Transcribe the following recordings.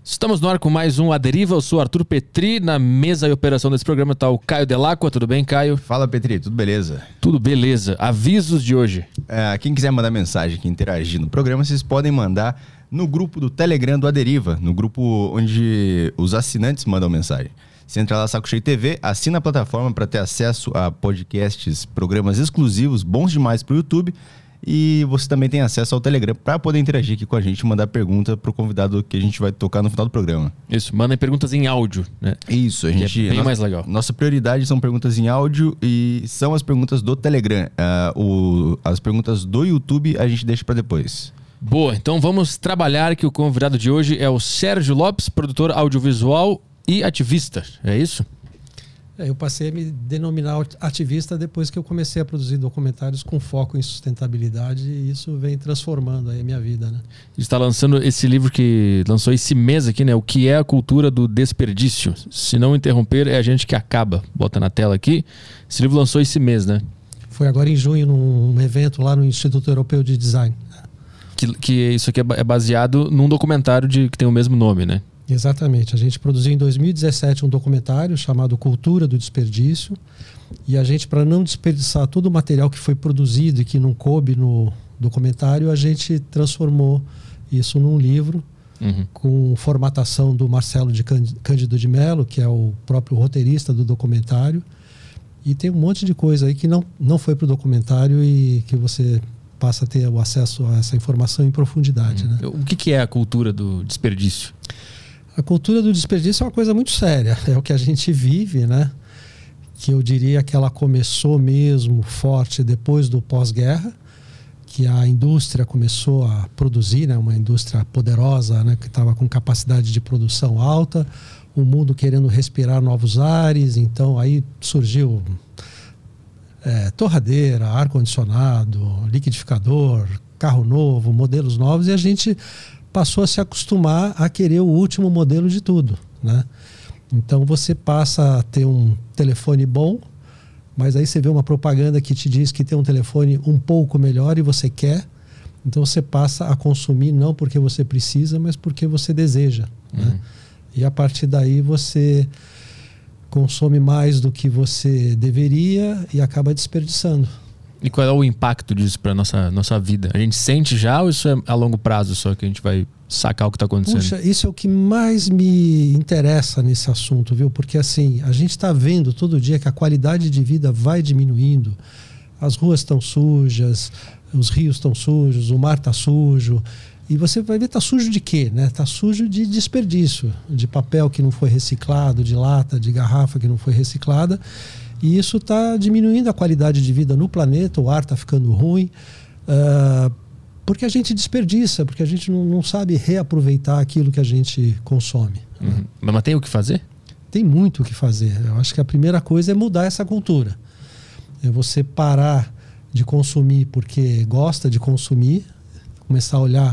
Estamos no ar com mais um A Deriva. Eu sou Arthur Petri. Na mesa e operação desse programa está o Caio Delacqua. Tudo bem, Caio? Fala, Petri. Tudo beleza? Tudo beleza. Avisos de hoje. Quem quiser mandar mensagem aqui, interagir no programa, vocês podem mandar no grupo do Telegram do A Deriva, no grupo onde os assinantes mandam mensagem. Você entra lá, Saco Cheio TV, assina a plataforma para ter acesso a podcasts, programas exclusivos, bons demais para o YouTube. E você também tem acesso ao Telegram para poder interagir aqui com a gente e mandar pergunta pro convidado que a gente vai tocar no final do programa. Isso, mandem perguntas em áudio, né? Isso, a gente... É bem mais legal. Nossa prioridade são perguntas em áudio e são as perguntas do Telegram. As perguntas do YouTube a gente deixa para depois. Boa, então vamos trabalhar que o convidado de hoje é o Sérgio Lopes, produtor audiovisual e ativista, é isso? Eu passei a me denominar ativista depois que eu comecei a produzir documentários com foco em sustentabilidade e isso vem transformando aí a minha vida, né? Está lançando esse livro que lançou esse mês aqui, né? O que é a cultura do desperdício? Se não interromper, é a gente que acaba. Bota na tela aqui. Esse livro lançou esse mês, né? Foi agora em junho, num evento lá no Instituto Europeu de Design. Que isso aqui é baseado num documentário que tem o mesmo nome, né? Exatamente. A gente produziu em 2017 um documentário chamado Cultura do Desperdício e a gente, para não desperdiçar todo o material que foi produzido e que não coube no documentário, a gente transformou isso num livro com formatação do Marcelo de Cândido de Mello, que é o próprio roteirista do documentário, e tem um monte de coisa aí que não foi para o documentário e que você passa a ter o acesso a essa informação em profundidade. Né? O que é a cultura do desperdício? A cultura do desperdício é uma coisa muito séria, é o que a gente vive, né? Que eu diria que ela começou mesmo forte depois do pós-guerra, que a indústria começou a produzir, né? Uma indústria poderosa, né? Que estava com capacidade de produção alta, o mundo querendo respirar novos ares, então aí surgiu torradeira, ar-condicionado, liquidificador, carro novo, modelos novos, e a gente passou a se acostumar a querer o último modelo de tudo, né? Então você passa a ter um telefone bom, mas aí você vê uma propaganda que te diz que tem um telefone um pouco melhor e você quer, então você passa a consumir não porque você precisa, mas porque você deseja, né? E a partir daí você consome mais do que você deveria e acaba desperdiçando. E qual é o impacto disso para nossa vida? A gente sente já ou isso é a longo prazo só que a gente vai sacar o que está acontecendo? Puxa, isso é o que mais me interessa nesse assunto, viu? Porque assim, a gente está vendo todo dia que a qualidade de vida vai diminuindo. As ruas estão sujas, os rios estão sujos, o mar está sujo. E você vai ver, está sujo de quê? Né? Está sujo de desperdício, de papel que não foi reciclado, de lata, de garrafa que não foi reciclada. E isso está diminuindo a qualidade de vida no planeta, o ar está ficando ruim, porque a gente desperdiça, porque a gente não sabe reaproveitar aquilo que a gente consome. Mas tem o que fazer? Tem muito o que fazer. Eu acho que a primeira coisa é mudar essa cultura. É você parar de consumir porque gosta de consumir, começar a olhar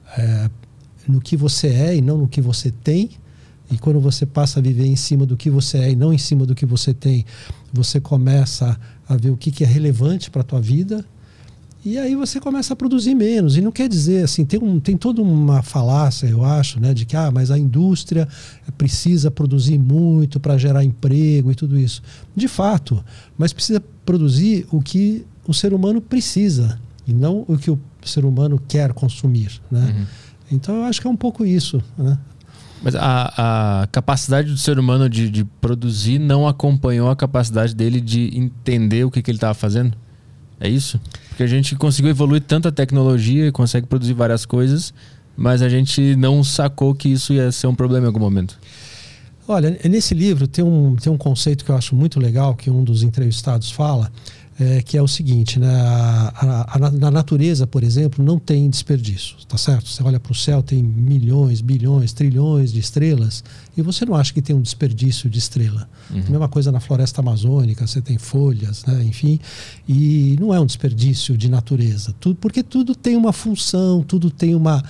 no que você é e não no que você tem. E quando você passa a viver em cima do que você é e não em cima do que você tem, você começa a ver o que é relevante para a tua vida e aí você começa a produzir menos. E não quer dizer, assim, tem toda uma falácia, eu acho, né, de que mas a indústria precisa produzir muito para gerar emprego e tudo isso. De fato, mas precisa produzir o que o ser humano precisa e não o que o ser humano quer consumir, né? Então eu acho que é um pouco isso, né? Mas a capacidade do ser humano de produzir não acompanhou a capacidade dele de entender o que ele estava fazendo? É isso? Porque a gente conseguiu evoluir tanta tecnologia e consegue produzir várias coisas, mas a gente não sacou que isso ia ser um problema em algum momento. Olha, nesse livro tem um conceito que eu acho muito legal, que um dos entrevistados fala, que é o seguinte, né? Na natureza, por exemplo, não tem desperdício, tá certo? Você olha para o céu, tem milhões, bilhões, trilhões de estrelas e você não acha que tem um desperdício de estrela. A mesma coisa na floresta amazônica, você tem folhas, né? Enfim, e não é um desperdício de natureza, porque tudo tem uma função, tudo tem uma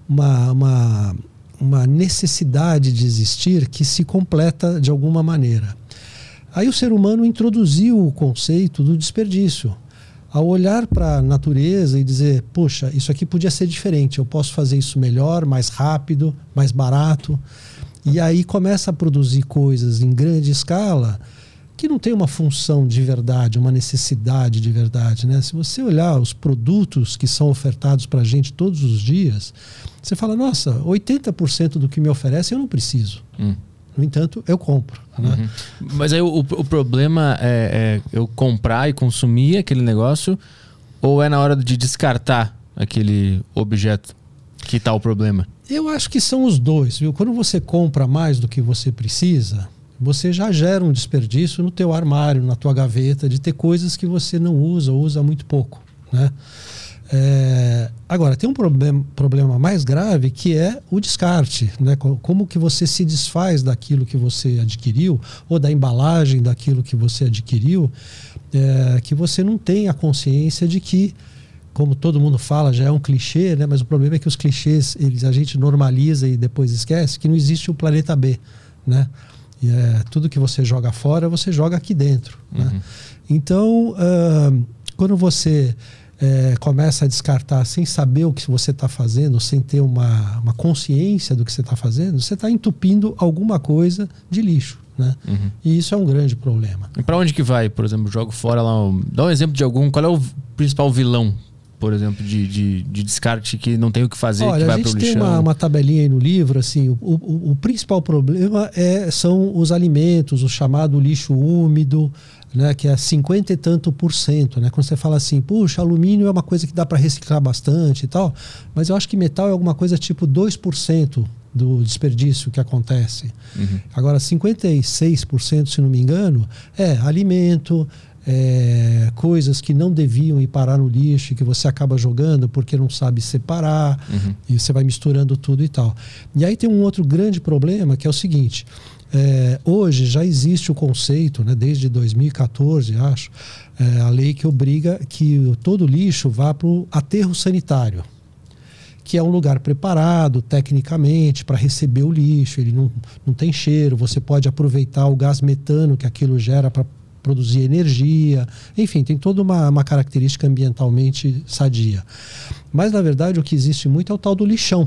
necessidade de existir que se completa de alguma maneira. Aí o ser humano introduziu o conceito do desperdício. ao olhar para a natureza e dizer, poxa, isso aqui podia ser diferente, eu posso fazer isso melhor, mais rápido, mais barato. E aí começa a produzir coisas em grande escala que não tem uma função de verdade, uma necessidade de verdade, né? Se você olhar os produtos que são ofertados para a gente todos os dias, você fala, nossa, 80% do que me oferece eu não preciso. No entanto, eu compro. Né? Mas aí o problema é eu comprar e consumir aquele negócio, ou é na hora de descartar aquele objeto que está o problema? Eu acho que são os dois, viu? Quando você compra mais do que você precisa, você já gera um desperdício no teu armário, na tua gaveta, de ter coisas que você não usa ou usa muito pouco, né? Agora, tem um problema mais grave, que é o descarte, né? Como que você se desfaz daquilo que você adquiriu, ou da embalagem daquilo que você adquiriu, que você não tem a consciência de que, como todo mundo fala, já é um clichê, né? Mas o problema é que os clichês, a gente normaliza e depois esquece que não existe o planeta B, né? Tudo que você joga fora, você joga aqui dentro, né? Então, quando você começa a descartar sem saber o que você está fazendo, sem ter uma consciência do que você está fazendo, você está entupindo alguma coisa de lixo, né? E isso é um grande problema. E para onde que vai, por exemplo, jogo fora lá, dá um exemplo de qual é o principal vilão, por exemplo, de descarte que não tem o que fazer, que vai para o lixão? A gente tem uma tabelinha aí no livro, assim, o principal problema são os alimentos, o chamado lixo úmido, né, que é 50 e tanto %, né? Quando você fala assim, puxa, alumínio é uma coisa que dá para reciclar bastante e tal, mas eu acho que metal é alguma coisa tipo 2% do desperdício que acontece. Agora, 56%, se não me engano, é alimento, coisas que não deviam ir parar no lixo, que você acaba jogando porque não sabe separar, e você vai misturando tudo e tal. E aí tem um outro grande problema, que é o seguinte: hoje já existe o conceito, né, desde 2014, acho, a lei que obriga que todo lixo vá para o aterro sanitário, que é um lugar preparado tecnicamente para receber o lixo, ele não tem cheiro, você pode aproveitar o gás metano que aquilo gera para produzir energia, enfim, tem toda uma característica ambientalmente sadia. Mas, na verdade, o que existe muito é o tal do lixão,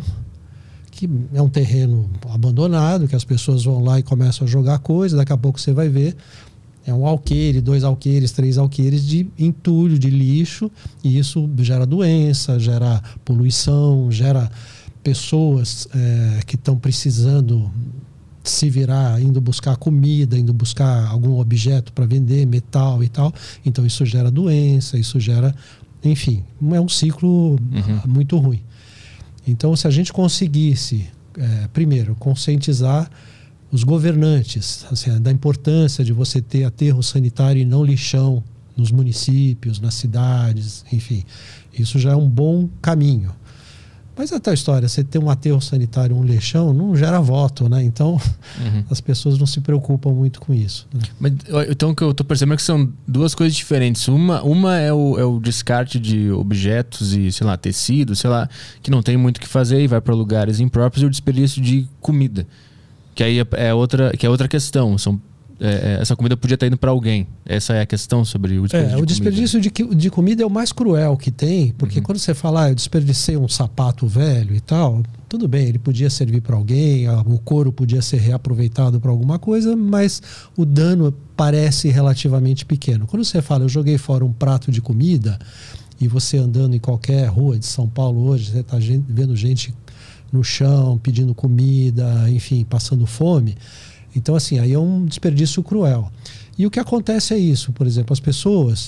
que é um terreno abandonado, que as pessoas vão lá e começam a jogar coisa, daqui a pouco você vai ver, é um alqueire, 2 alqueires, 3 alqueires de entulho, de lixo, e isso gera doença, gera poluição, gera pessoas que estão precisando se virar, indo buscar comida, indo buscar algum objeto para vender, metal e tal. Então isso gera doença, isso gera, enfim, é um ciclo muito ruim. Então, se a gente conseguisse, primeiro, conscientizar os governantes, assim, da importância de você ter aterro sanitário e não lixão nos municípios, nas cidades, enfim, isso já é um bom caminho. Mas é a tal história, você ter um aterro sanitário, um lixão, não gera voto, né? Então, as pessoas não se preocupam muito com isso, né? Mas, então, o que eu estou percebendo é que são duas coisas diferentes. Uma é o descarte de objetos e, sei lá, tecido, sei lá, que não tem muito o que fazer e vai para lugares impróprios, e o desperdício de comida, que aí é outra questão. Essa comida podia estar indo para alguém. Essa é a questão sobre o desperdício o desperdício de comida é o mais cruel que tem, porque quando você fala, eu desperdicei um sapato velho e tal, tudo bem, ele podia servir para alguém, o couro podia ser reaproveitado para alguma coisa, mas o dano parece relativamente pequeno. Quando você fala, eu joguei fora um prato de comida, e você andando em qualquer rua de São Paulo hoje, você está vendo gente no chão pedindo comida, enfim, passando fome. Então, assim, aí é um desperdício cruel. E o que acontece é isso, por exemplo, as pessoas,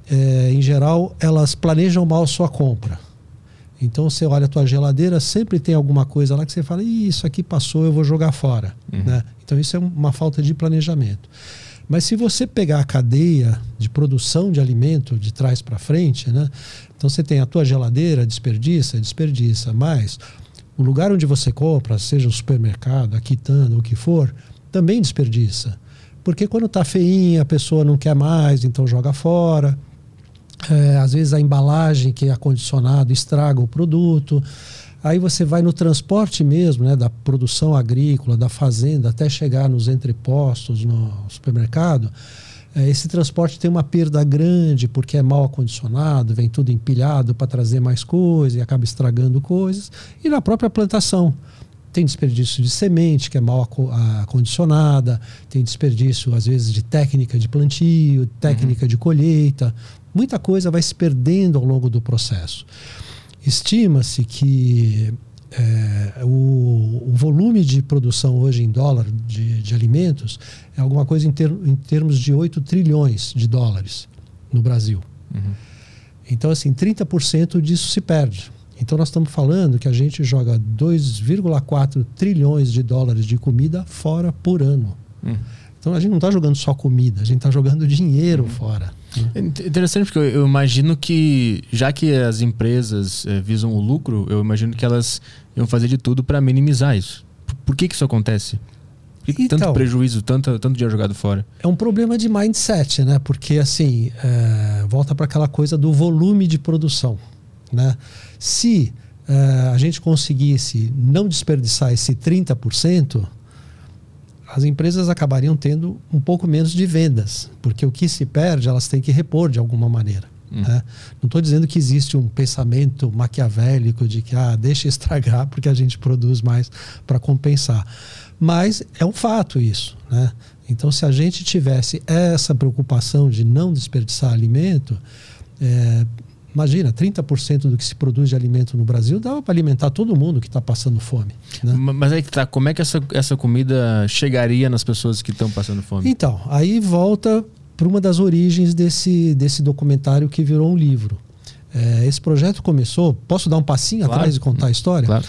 em geral, elas planejam mal sua compra. Então, você olha a tua geladeira, sempre tem alguma coisa lá que você fala, isso aqui passou, eu vou jogar fora. Né? Então, isso é uma falta de planejamento. Mas se você pegar a cadeia de produção de alimento de trás para frente, né? Então você tem a tua geladeira, desperdiça, mas o lugar onde você compra, seja o supermercado, a quitanda, o que for, também desperdiça. Porque quando está feinha, a pessoa não quer mais, então joga fora. Às vezes a embalagem que é acondicionado estraga o produto. Aí você vai no transporte mesmo, né, da produção agrícola, da fazenda, até chegar nos entrepostos, no supermercado. Esse transporte tem uma perda grande porque é mal acondicionado, vem tudo empilhado para trazer mais coisa e acaba estragando coisas. E na própria plantação tem desperdício de semente, que é mal acondicionada, tem desperdício, às vezes, de técnica de plantio, técnica de colheita. Muita coisa vai se perdendo ao longo do processo. Estima-se que o volume de produção hoje em dólar de alimentos é alguma coisa em termos de 8 trilhões de dólares no Brasil. Então, assim, 30% disso se perde. Então, nós estamos falando que a gente joga 2,4 trilhões de dólares de comida fora por ano. Então, a gente não está jogando só comida, a gente está jogando dinheiro fora. É interessante porque eu imagino que, já que as empresas visam o lucro, eu imagino que elas iam fazer de tudo para minimizar isso. Por que isso acontece? Por que tanto prejuízo, tanto dinheiro jogado fora? É um problema de mindset, né? Porque, assim, volta para aquela coisa do volume de produção, né? Se a gente conseguisse não desperdiçar esse 30%, as empresas acabariam tendo um pouco menos de vendas, porque o que se perde elas têm que repor de alguma maneira. Né? Não estou dizendo que existe um pensamento maquiavélico de que deixa estragar porque a gente produz mais para compensar. Mas é um fato isso, né? Então, se a gente tivesse essa preocupação de não desperdiçar alimento, imagina, 30% do que se produz de alimento no Brasil dava para alimentar todo mundo que está passando fome. Né? Mas aí que tá, como é que essa comida chegaria nas pessoas que estão passando fome? Então, aí volta para uma das origens desse documentário que virou um livro. Esse projeto começou... Posso dar um passinho atrás e contar a história? Claro.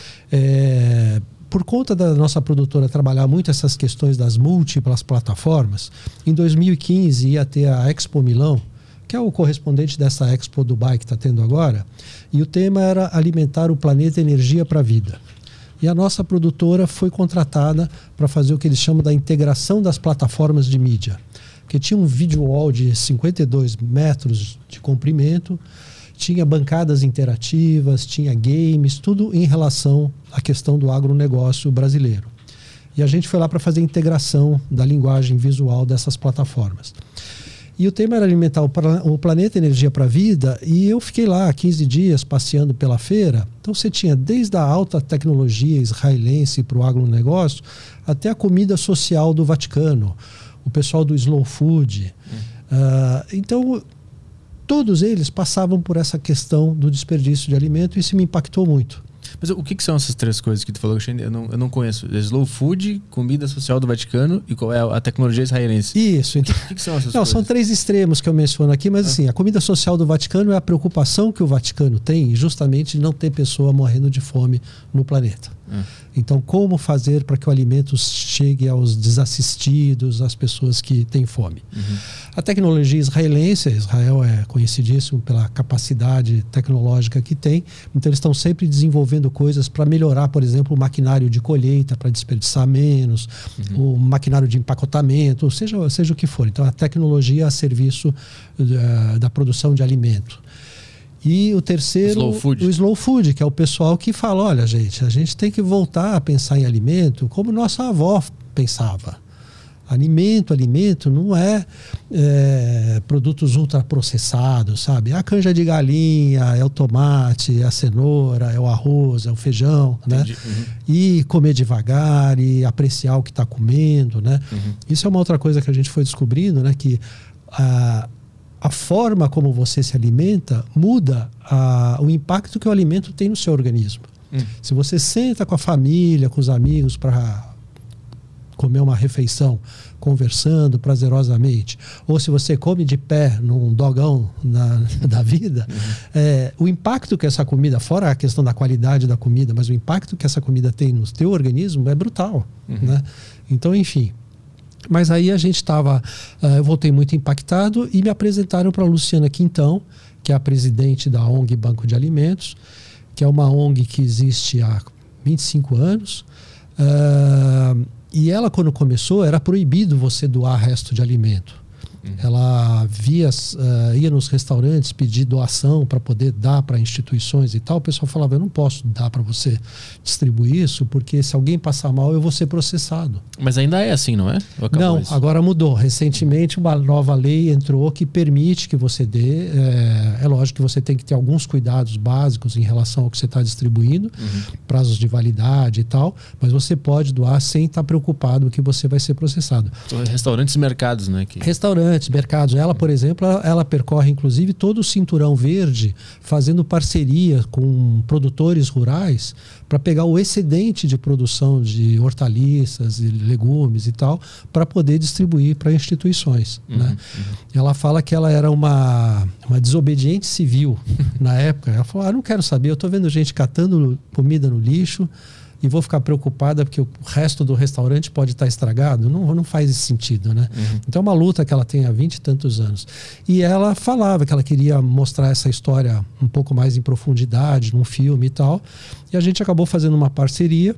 Por conta da nossa produtora trabalhar muito essas questões das múltiplas plataformas, em 2015 ia ter a Expo Milão, que é o correspondente dessa Expo Dubai que está tendo agora, e o tema era alimentar o planeta energia para a vida. E a nossa produtora foi contratada para fazer o que eles chamam da integração das plataformas de mídia, porque tinha um video wall de 52 metros de comprimento, tinha bancadas interativas, tinha games, tudo em relação à questão do agronegócio brasileiro. E a gente foi lá para fazer a integração da linguagem visual dessas plataformas. E o tema era alimentar o planeta energia para a vida, e eu fiquei lá 15 dias passeando pela feira. Então você tinha desde a alta tecnologia israelense para o agronegócio até a comida social do Vaticano, o pessoal do slow food. Então todos eles passavam por essa questão do desperdício de alimento, e isso me impactou muito. Mas o que são essas três coisas que tu falou? Eu não conheço. Slow food, comida social do Vaticano e qual é a tecnologia israelense. Isso. Então, o que são essas coisas? São três extremos que eu menciono aqui, mas assim, a comida social do Vaticano é a preocupação que o Vaticano tem justamente de não ter pessoa morrendo de fome no planeta. Então, como fazer para que o alimento chegue aos desassistidos, às pessoas que têm fome? A tecnologia israelense, Israel é conhecidíssimo pela capacidade tecnológica que tem, então eles estão sempre desenvolvendo coisas para melhorar, por exemplo, o maquinário de colheita, para desperdiçar menos, o maquinário de empacotamento, seja o que for. Então, a tecnologia a serviço da produção de alimento. E o terceiro, o slow food, que é o pessoal que fala, olha, gente, a gente tem que voltar a pensar em alimento como nossa avó pensava. Alimento não é produtos ultraprocessados, sabe? É a canja de galinha, é o tomate, é a cenoura, é o arroz, é o feijão, né? E comer devagar e apreciar o que está comendo, né? Isso é uma outra coisa que a gente foi descobrindo, né? Que a forma como você se alimenta muda o impacto que o alimento tem no seu organismo. Se você senta com a família, com os amigos para comer uma refeição, conversando prazerosamente, ou se você come de pé num dogão da vida, o impacto que essa comida, fora a questão da qualidade da comida, mas o impacto que essa comida tem no teu organismo é brutal. Né? Então, enfim... Mas aí a gente eu voltei muito impactado e me apresentaram para a Luciana Quintão, que é a presidente da ONG Banco de Alimentos, que é uma ONG que existe há 25 anos. E ela, quando começou, era proibido você doar resto de alimento. ela ia nos restaurantes pedir doação para poder dar para instituições e tal. O pessoal falava, eu não posso dar para você distribuir isso, porque se alguém passar mal, eu vou ser processado. Mas ainda é assim, não é? Não, isso? Agora mudou. Recentemente, uma nova lei entrou que permite que você dê. É lógico que você tem que ter alguns cuidados básicos em relação ao que você está distribuindo, prazos de validade e tal, mas você pode doar sem estar preocupado que você vai ser processado. Restaurantes e mercados, né? Restaurantes, mercados. Ela, por exemplo, ela percorre inclusive todo o Cinturão Verde, fazendo parceria com produtores rurais para pegar o excedente de produção de hortaliças e legumes e tal, para poder distribuir para instituições. Né? Ela fala que ela era uma desobediente civil na época. Ela falou, não quero saber, eu estou vendo gente catando comida no lixo e vou ficar preocupada porque o resto do restaurante pode estar estragado. Não faz esse sentido, né? Então é uma luta que ela tem há 20 e tantos anos. E ela falava que ela queria mostrar essa história um pouco mais em profundidade, num filme e tal. E a gente acabou fazendo uma parceria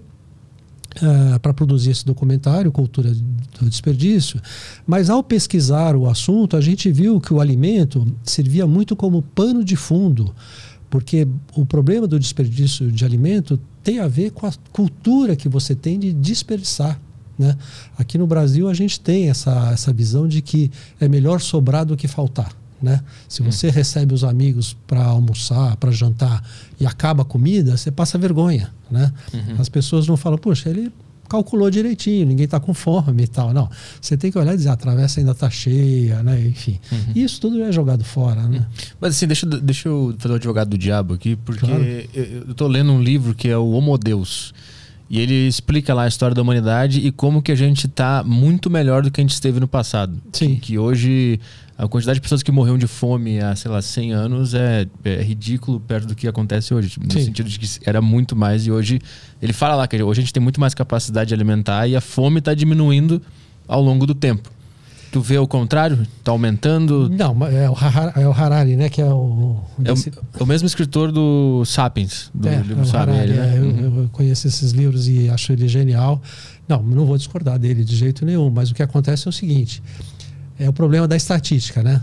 para produzir esse documentário, Cultura do Desperdício. Mas ao pesquisar o assunto, a gente viu que o alimento servia muito como pano de fundo, porque o problema do desperdício de alimento tem a ver com a cultura que você tem de desperdiçar. Né? Aqui no Brasil a gente tem essa visão de que é melhor sobrar do que faltar. Né? Se você recebe os amigos para almoçar, para jantar e acaba a comida, você passa vergonha. Né? As pessoas não falam, poxa, ele calculou direitinho, ninguém está com fome e tal. Não, você tem que olhar e dizer, a travessa ainda está cheia, né? Enfim. Isso tudo é jogado fora. Né? Mas assim, deixa eu fazer o advogado do diabo aqui, porque claro. Eu estou lendo um livro que é o Homo Deus. E ele explica lá a história da humanidade e como que a gente está muito melhor do que a gente esteve no passado. Sim. Que hoje a quantidade de pessoas que morreram de fome há, sei lá, 100 anos é ridículo perto do que acontece hoje. No sentido de que era muito mais e hoje... Ele fala lá que hoje a gente tem muito mais capacidade de alimentar e a fome está diminuindo ao longo do tempo. Tu vê o contrário? Está aumentando? Não, é o Harari, né? Que é o mesmo escritor do Sapiens, do livro Sapiens. Harari, né? Eu conheço esses livros e acho ele genial. Não vou discordar dele de jeito nenhum, mas o que acontece é o seguinte... É o problema da estatística, né?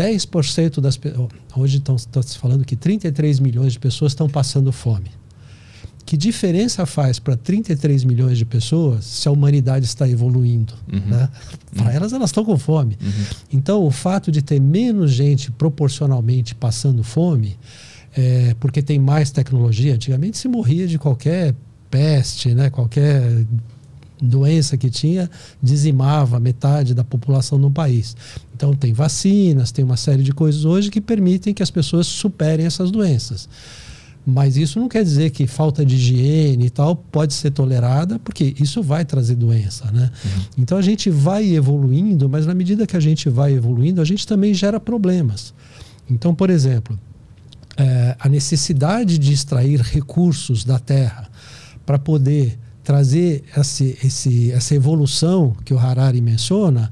10% das pessoas... Hoje estão se falando que 33 milhões de pessoas estão passando fome. Que diferença faz para 33 milhões de pessoas se a humanidade está evoluindo? Né? Para elas estão com fome. Então, o fato de ter menos gente proporcionalmente passando fome, porque tem mais tecnologia. Antigamente se morria de qualquer peste, né? Qualquer doença que tinha, dizimava metade da população no país. Então tem vacinas, tem uma série de coisas hoje que permitem que as pessoas superem essas doenças. Mas isso não quer dizer que falta de higiene e tal pode ser tolerada, porque isso vai trazer doença, né? Então a gente vai evoluindo, mas na medida que a gente vai evoluindo, a gente também gera problemas. Então, por exemplo, a necessidade de extrair recursos da terra para poder trazer essa evolução que o Harari menciona,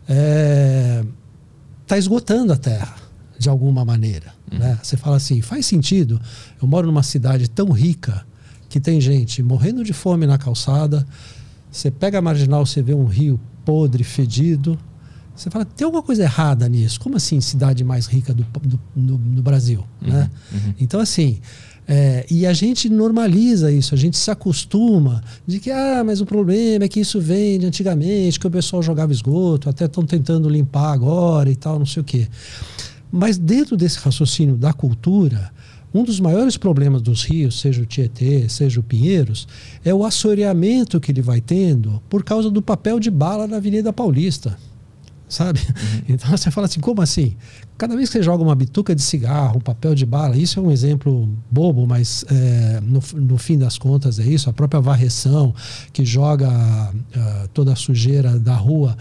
está esgotando a terra de alguma maneira. Né? Você fala assim, faz sentido, eu moro numa cidade tão rica que tem gente morrendo de fome na calçada, você pega a marginal, você vê um rio podre, fedido, você fala, tem alguma coisa errada nisso? Como assim cidade mais rica do Brasil? Né? Então assim... e a gente normaliza isso, a gente se acostuma de que, mas o problema é que isso vem de antigamente, que o pessoal jogava esgoto, até estão tentando limpar agora e tal, não sei o quê. Mas dentro desse raciocínio da cultura, um dos maiores problemas dos rios, seja o Tietê, seja o Pinheiros, é o assoreamento que ele vai tendo por causa do papel de bala na Avenida Paulista. Sabe? Então você fala assim, como assim? Cada vez que você joga uma bituca de cigarro, um papel de bala, isso é um exemplo bobo, mas no fim das contas é isso, a própria varreção que joga toda a sujeira da rua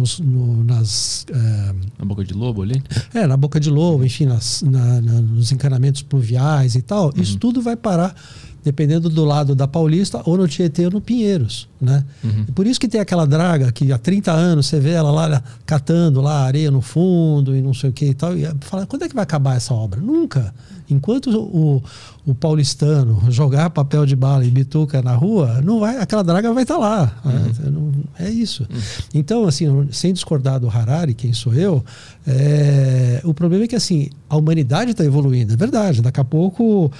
na Boca de Lobo ali? Na Boca de Lobo, enfim, nos encanamentos pluviais e tal, isso tudo vai parar dependendo do lado da Paulista, ou no Tietê ou no Pinheiros, né? E por isso que tem aquela draga que há 30 anos você vê ela lá catando lá areia no fundo e não sei o que e tal, e fala, quando é que vai acabar essa obra? Nunca. Enquanto o paulistano jogar papel de bala e bituca na rua, não vai, aquela draga vai estar lá. É isso. Então, assim, sem discordar do Harari, quem sou eu, o problema é que, assim, a humanidade está evoluindo, é verdade. Daqui a pouco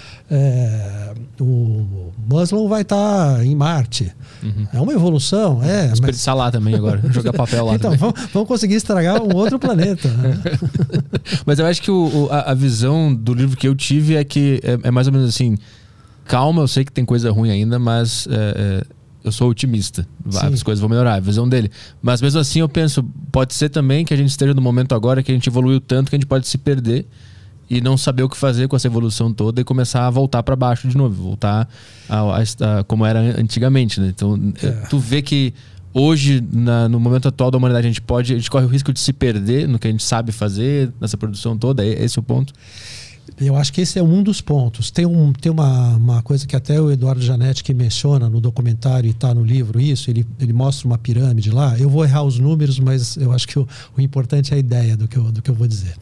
o Muslin vai estar em Marte. É uma evolução, Desperdiçar lá também agora, jogar papel lá então, também. vamos conseguir estragar um outro planeta. Né? Mas eu acho que a visão do livro que eu tive é que é mais ou menos assim, calma, eu sei que tem coisa ruim ainda, mas eu sou otimista. As coisas vão melhorar, a visão dele. Mas mesmo assim eu penso, pode ser também que a gente esteja no momento agora que a gente evoluiu tanto que a gente pode se perder e não saber o que fazer com essa evolução toda e começar a voltar para baixo de novo, voltar a como era antigamente, né? Então, tu vê que hoje, no momento atual da humanidade, a gente corre o risco de se perder no que a gente sabe fazer, nessa produção toda. Esse é o ponto? Eu acho que esse é um dos pontos. Tem uma coisa que até o Eduardo Janetti que menciona no documentário e está no livro isso, ele mostra uma pirâmide lá. Eu vou errar os números, mas eu acho que o importante é a ideia do que eu vou dizer.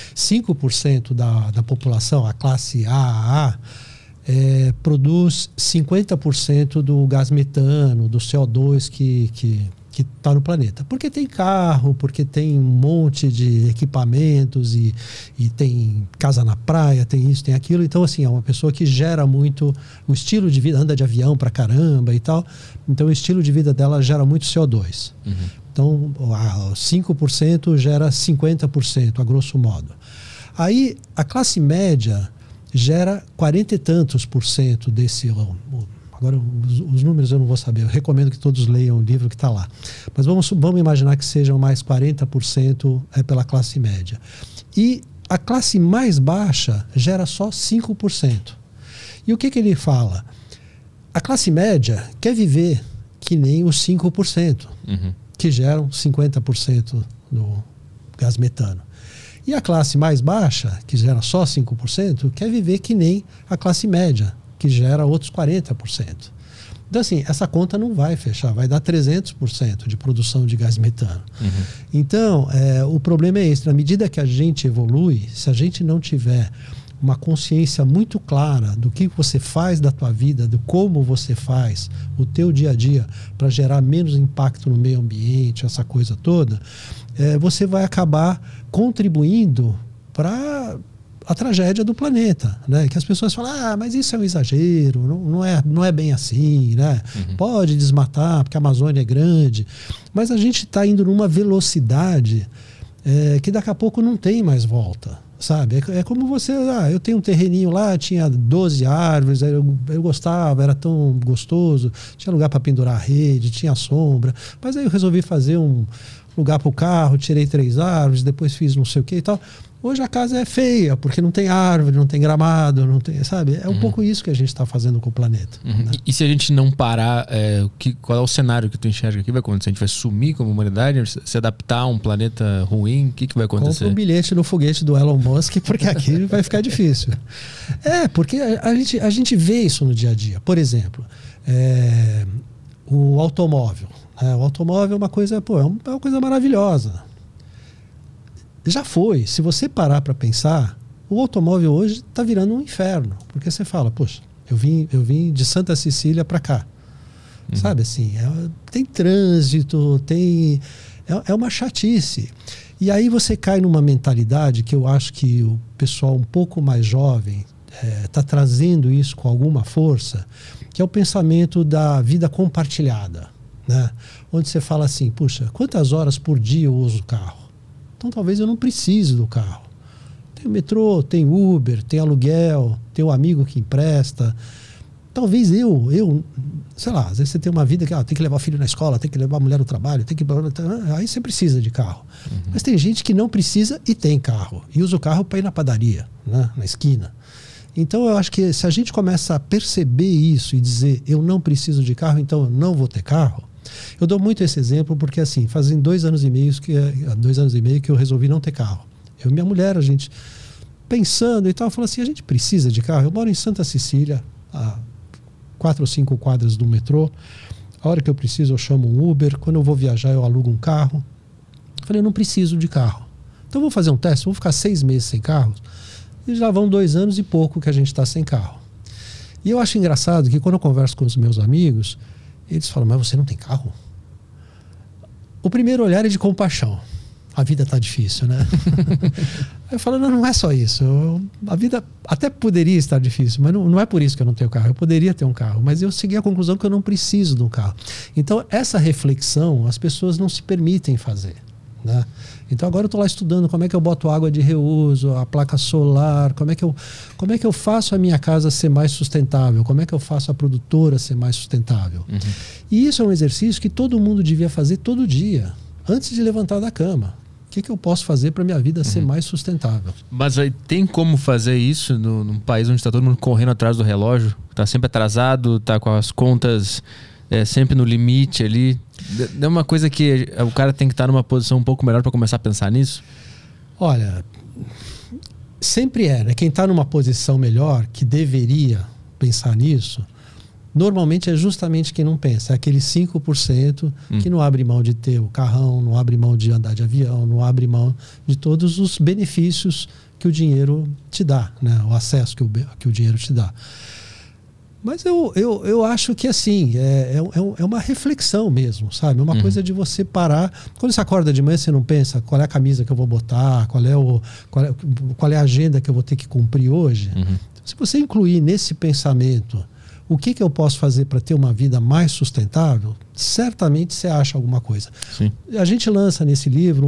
5% da população, a classe AAA, produz 50% do gás metano, do CO2 que está no planeta. Porque tem carro, porque tem um monte de equipamentos e tem casa na praia, tem isso, tem aquilo. Então, assim, é uma pessoa que gera muito o estilo de vida, anda de avião pra caramba e tal. Então, o estilo de vida dela gera muito CO2. Então, 5% gera 50%, a grosso modo. Aí, a classe média gera 40 e tantos % desse... Agora, os números eu não vou saber. Eu recomendo que todos leiam o livro que está lá. Mas vamos imaginar que sejam mais 40% pela classe média. E a classe mais baixa gera só 5%. E o que ele fala? A classe média quer viver que nem os 5%, que geram 50% do gás metano. E a classe mais baixa, que gera só 5%, quer viver que nem a classe média, que gera outros 40%. Então, assim, essa conta não vai fechar, vai dar 300% de produção de gás metano. Então, o problema é esse. Na medida que a gente evolui, se a gente não tiver uma consciência muito clara do que você faz da tua vida, do como você faz o teu dia a dia para gerar menos impacto no meio ambiente, essa coisa toda, você vai acabar contribuindo para a tragédia do planeta, né? Que as pessoas falam, mas isso é um exagero, não é bem assim, né? Pode desmatar porque a Amazônia é grande, mas a gente está indo numa velocidade que daqui a pouco não tem mais volta, sabe? É como você, eu tenho um terreninho lá, tinha 12 árvores, eu gostava, era tão gostoso, tinha lugar para pendurar a rede, tinha sombra, mas aí eu resolvi fazer um lugar para o carro, tirei 3 árvores, depois fiz não sei o que e tal. Hoje a casa é feia, porque não tem árvore, não tem gramado, não tem, sabe? É um pouco isso que a gente está fazendo com o planeta. Né? E se a gente não parar, qual é o cenário que tu enxerga que vai acontecer? A gente vai sumir como humanidade, se adaptar a um planeta ruim? O que vai acontecer? Compra um bilhete no foguete do Elon Musk, porque aqui vai ficar difícil. Porque a gente vê isso no dia a dia. Por exemplo, o automóvel. O automóvel é uma coisa, é uma coisa maravilhosa. Já foi. Se você parar para pensar, o automóvel hoje está virando um inferno. Porque você fala, poxa, eu vim de Santa Cecília para cá. Sabe assim, tem trânsito, é uma chatice. E aí você cai numa mentalidade que eu acho que o pessoal um pouco mais jovem está trazendo isso com alguma força, que é o pensamento da vida compartilhada. Né? Onde você fala assim, puxa, quantas horas por dia eu uso o carro? Então talvez eu não precise do carro. Tem metrô, tem Uber, tem aluguel, tem um amigo que empresta. Talvez sei lá, às vezes você tem uma vida que tem que levar o filho na escola, tem que levar a mulher no trabalho, aí você precisa de carro. Mas tem gente que não precisa e tem carro. E usa o carro para ir na padaria, né? Na esquina. Então eu acho que se a gente começa a perceber isso e dizer eu não preciso de carro, então eu não vou ter carro. Eu dou muito esse exemplo porque assim, fazem 2 anos e meio que eu resolvi não ter carro. Eu e minha mulher, a gente pensando e tal, falou assim, a gente precisa de carro. Eu moro em Santa Cecília, a 4 ou 5 quadras do metrô. A hora que eu preciso eu chamo um Uber. Quando eu vou viajar eu alugo um carro. Eu falei, eu não preciso de carro. Então eu vou fazer um teste, vou ficar 6 meses sem carro. E já vão 2 anos e pouco que a gente está sem carro. E eu acho engraçado que quando eu converso com os meus amigos, eles falam, mas você não tem carro? O primeiro olhar é de compaixão. A vida tá difícil, né? Aí eu falo, não é só isso. A vida até poderia estar difícil, mas não é por isso que eu não tenho carro. Eu poderia ter um carro, mas eu segui a conclusão que eu não preciso de um carro. Então, essa reflexão, as pessoas não se permitem fazer, né? Então, agora eu estou lá estudando como é que eu boto água de reuso, a placa solar, como é que eu faço a minha casa ser mais sustentável, como é que eu faço a produtora ser mais sustentável. Uhum. E isso é um exercício que todo mundo devia fazer todo dia, antes de levantar da cama. O que eu posso fazer para minha vida ser mais sustentável? Mas aí tem como fazer isso num país onde está todo mundo correndo atrás do relógio? Está sempre atrasado, está com as contas sempre no limite ali. É uma coisa que o cara tem que estar numa posição um pouco melhor para começar a pensar nisso? Olha, sempre né? Quem está numa posição melhor, que deveria pensar nisso, normalmente é justamente quem não pensa. É aquele 5% que não abre mão de ter o carrão, não abre mão de andar de avião, não abre mão de todos os benefícios que o dinheiro te dá, né? O acesso que o dinheiro te dá. Mas eu acho que assim, é uma reflexão mesmo, sabe? É uma coisa de você parar. Quando você acorda de manhã, você não pensa qual é a camisa que eu vou botar, qual é a agenda que eu vou ter que cumprir hoje. Se você incluir nesse pensamento o que eu posso fazer para ter uma vida mais sustentável, certamente você acha alguma coisa. Sim. A gente lança nesse livro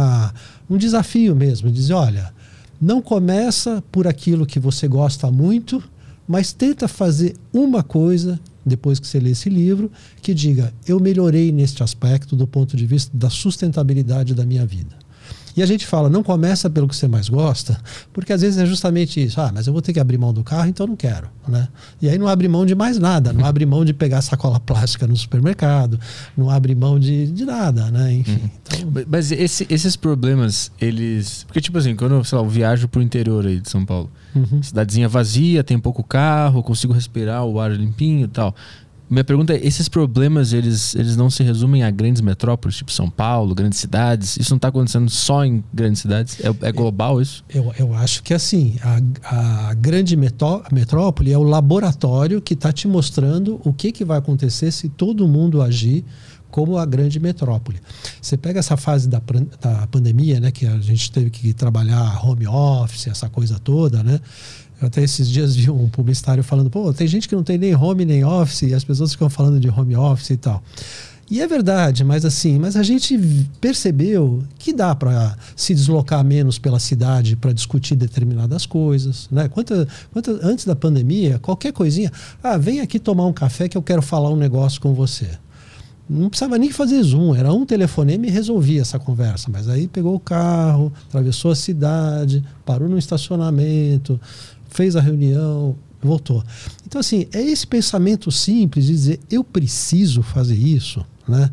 um desafio mesmo, dizer, olha, não começa por aquilo que você gosta muito, mas tenta fazer uma coisa, depois que você lê esse livro, que diga, eu melhorei neste aspecto do ponto de vista da sustentabilidade da minha vida. E a gente fala, não começa pelo que você mais gosta, porque às vezes é justamente isso. Mas eu vou ter que abrir mão do carro, então não quero, né? E aí não abre mão de mais nada, não abre mão de pegar sacola plástica no supermercado, não abre mão de nada, né? Enfim. Então... Mas esses problemas, eles... Porque tipo assim, quando eu viajo pro interior aí de São Paulo, cidadezinha vazia, tem pouco carro, consigo respirar o ar limpinho e tal. Minha pergunta é, esses problemas, eles não se resumem a grandes metrópoles, tipo São Paulo, grandes cidades? Isso não está acontecendo só em grandes cidades? É global isso? Eu acho que assim, a grande metrópole é o laboratório que está te mostrando o que vai acontecer se todo mundo agir como a grande metrópole. Você pega essa fase da pandemia, né, que a gente teve que trabalhar home office, essa coisa toda, né? Eu até esses dias vi um publicitário falando, tem gente que não tem nem home nem office, e as pessoas ficam falando de home office e tal. E é verdade, mas a gente percebeu que dá para se deslocar menos pela cidade para discutir determinadas coisas, né? Antes da pandemia, qualquer coisinha, vem aqui tomar um café que eu quero falar um negócio com você. Não precisava nem fazer Zoom, era um telefonema e resolvia essa conversa. Mas aí pegou o carro, atravessou a cidade, parou no estacionamento, fez a reunião, voltou. Então, assim, é esse pensamento simples de dizer, eu preciso fazer isso, né?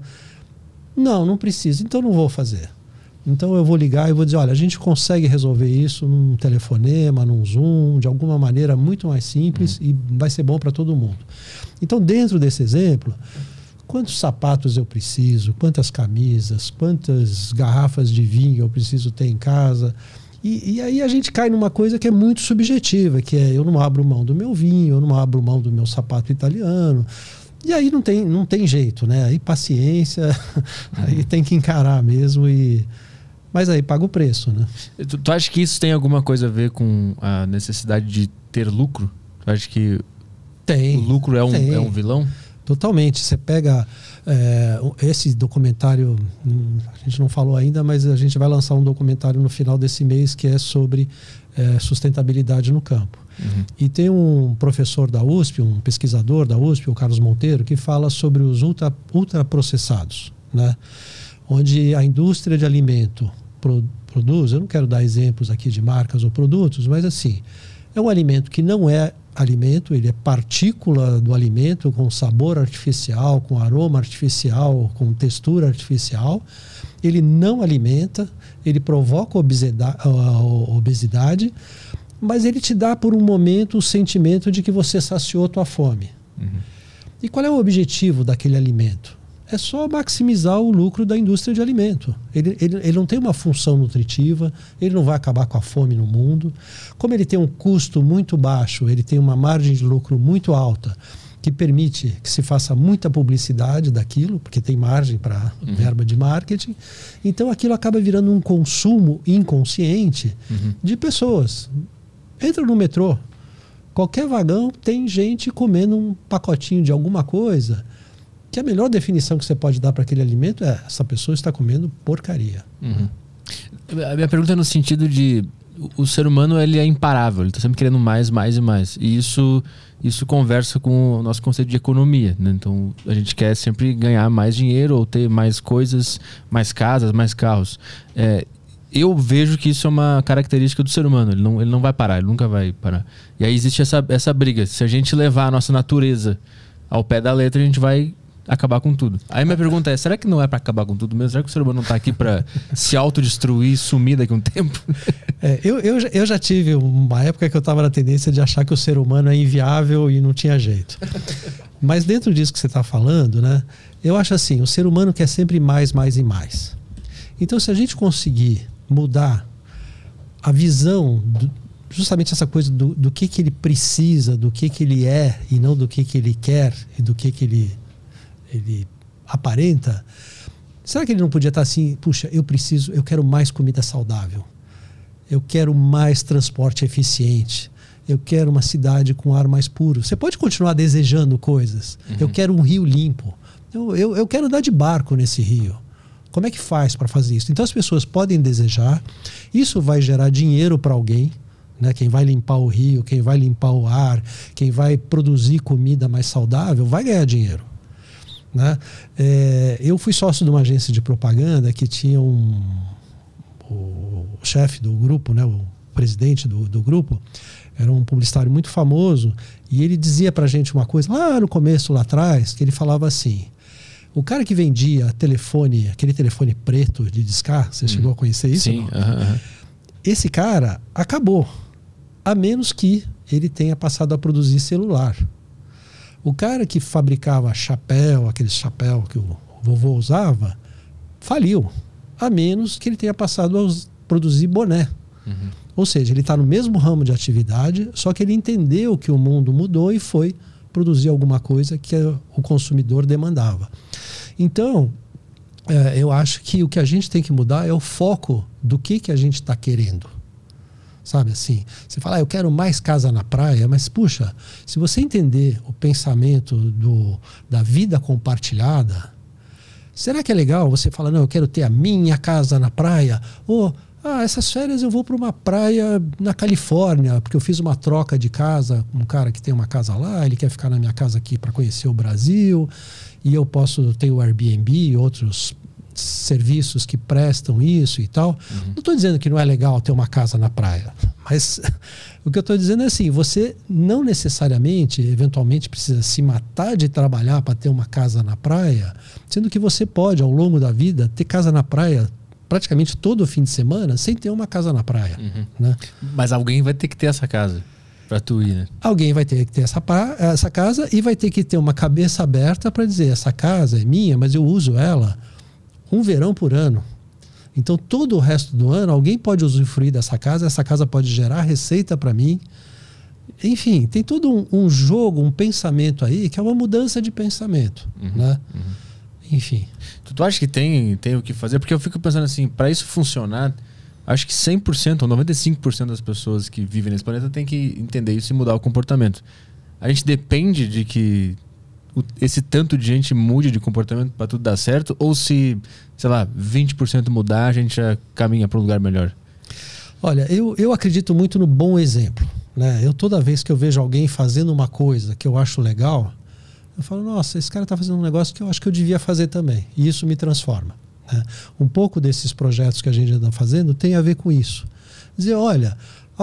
Não preciso, então não vou fazer. Então eu vou ligar e vou dizer, olha, a gente consegue resolver isso num telefonema, num Zoom, de alguma maneira muito mais simples e vai ser bom para todo mundo. Então, dentro desse exemplo, quantos sapatos eu preciso, quantas camisas, quantas garrafas de vinho eu preciso ter em casa... E aí a gente cai numa coisa que é muito subjetiva, que é eu não abro mão do meu vinho, eu não abro mão do meu sapato italiano. E aí não tem jeito, né? Aí paciência, aí tem que encarar mesmo. Mas aí paga o preço, né? Tu acha que isso tem alguma coisa a ver com a necessidade de ter lucro? Tu acha que o lucro é um vilão? Totalmente. Você pega esse documentário, a gente não falou ainda, mas a gente vai lançar um documentário no final desse mês que é sobre sustentabilidade no campo. E tem um professor da USP, um pesquisador da USP, o Carlos Monteiro, que fala sobre os ultraprocessados, né? Onde a indústria de alimento produz, eu não quero dar exemplos aqui de marcas ou produtos, mas assim, é um alimento que não é alimento, ele é partícula do alimento com sabor artificial, com aroma artificial, com textura artificial. Ele não alimenta, ele provoca obesidade, mas ele te dá por um momento o sentimento de que você saciou tua fome. E qual é o objetivo daquele alimento? É só maximizar o lucro da indústria de alimento. Ele não tem uma função nutritiva, ele não vai acabar com a fome no mundo. Como ele tem um custo muito baixo, ele tem uma margem de lucro muito alta, que permite que se faça muita publicidade daquilo, porque tem margem para verba de marketing. Então aquilo acaba virando um consumo inconsciente de pessoas. Entra no metrô, qualquer vagão tem gente comendo um pacotinho de alguma coisa, que a melhor definição que você pode dar para aquele alimento é: essa pessoa está comendo porcaria. A minha pergunta é no sentido de o ser humano, ele é imparável, ele está sempre querendo mais, mais e mais. E isso conversa com o nosso conceito de economia, né? Então a gente quer sempre ganhar mais dinheiro ou ter mais coisas, mais casas, mais carros. Eu vejo que isso é uma característica do ser humano. Ele não vai parar, ele nunca vai parar. E aí existe essa briga. Se a gente levar a nossa natureza ao pé da letra, a gente vai acabar com tudo. Aí minha pergunta é: será que não é para acabar com tudo mesmo? Será que o ser humano não está aqui para se autodestruir, sumir daqui a um tempo? Eu já tive uma época que eu estava na tendência de achar que o ser humano é inviável e não tinha jeito. Mas dentro disso que você está falando, né, eu acho assim: o ser humano quer sempre mais, mais e mais. Então, se a gente conseguir mudar a visão, justamente essa coisa do que ele precisa, do que ele é, e não do que ele quer e do que ele aparenta, será que ele não podia estar assim: puxa, eu quero mais comida saudável, eu quero mais transporte eficiente, eu quero uma cidade com ar mais puro. Você pode continuar desejando coisas. Eu quero um rio limpo, eu quero andar de barco nesse rio. Como é que faz para fazer isso? Então as pessoas podem desejar, isso vai gerar dinheiro para alguém, né? Quem vai limpar o rio, quem vai limpar o ar, quem vai produzir comida mais saudável vai ganhar dinheiro, né? Eu fui sócio de uma agência de propaganda que tinha o chefe do grupo, né? O presidente do grupo era um publicitário muito famoso, e ele dizia pra gente uma coisa lá no começo, lá atrás, que ele falava assim: o cara que vendia telefone, aquele telefone preto de discar, você chegou a conhecer isso? Sim. Esse cara acabou, a menos que ele tenha passado a produzir celular. O cara que fabricava chapéu, aquele chapéu que o vovô usava, faliu, a menos que ele tenha passado a produzir boné. Ou seja, ele está no mesmo ramo de atividade, só que ele entendeu que o mundo mudou e foi produzir alguma coisa que o consumidor demandava. Então, eu acho que o que a gente tem que mudar é o foco do que a gente está querendo. Sabe assim? Você fala: eu quero mais casa na praia, mas puxa, se você entender o pensamento da vida compartilhada, será que é legal você falar: não, eu quero ter a minha casa na praia? Ou, essas férias eu vou para uma praia na Califórnia, porque eu fiz uma troca de casa com um cara que tem uma casa lá, ele quer ficar na minha casa aqui para conhecer o Brasil, e eu posso ter o Airbnb e outros serviços que prestam isso e tal. Não estou dizendo que não é legal ter uma casa na praia, mas o que eu estou dizendo é assim: você não necessariamente, eventualmente, precisa se matar de trabalhar para ter uma casa na praia, sendo que você pode, ao longo da vida, ter casa na praia praticamente todo fim de semana sem ter uma casa na praia. Né? Mas alguém vai ter que ter essa casa para tu ir, né? Alguém vai ter que ter essa casa e vai ter que ter uma cabeça aberta para dizer: essa casa é minha, mas eu uso ela um verão por ano. Então todo o resto do ano alguém pode usufruir dessa casa, essa casa pode gerar receita para mim. Enfim, tem todo um jogo, um pensamento aí que é uma mudança de pensamento, né? Enfim. Tu acha que tem o que fazer? Porque eu fico pensando assim, para isso funcionar, acho que 100% ou 95% das pessoas que vivem nesse planeta tem que entender isso e mudar o comportamento. A gente depende de que esse tanto de gente mude de comportamento para tudo dar certo, ou se, sei lá, 20% mudar, a gente já caminha para um lugar melhor? Olha, eu acredito muito no bom exemplo, né? Toda vez que eu vejo alguém fazendo uma coisa que eu acho legal, eu falo: nossa, esse cara está fazendo um negócio que eu acho que eu devia fazer também. E isso me transforma, né? Um pouco desses projetos que a gente anda fazendo tem a ver com isso. Dizer: olha,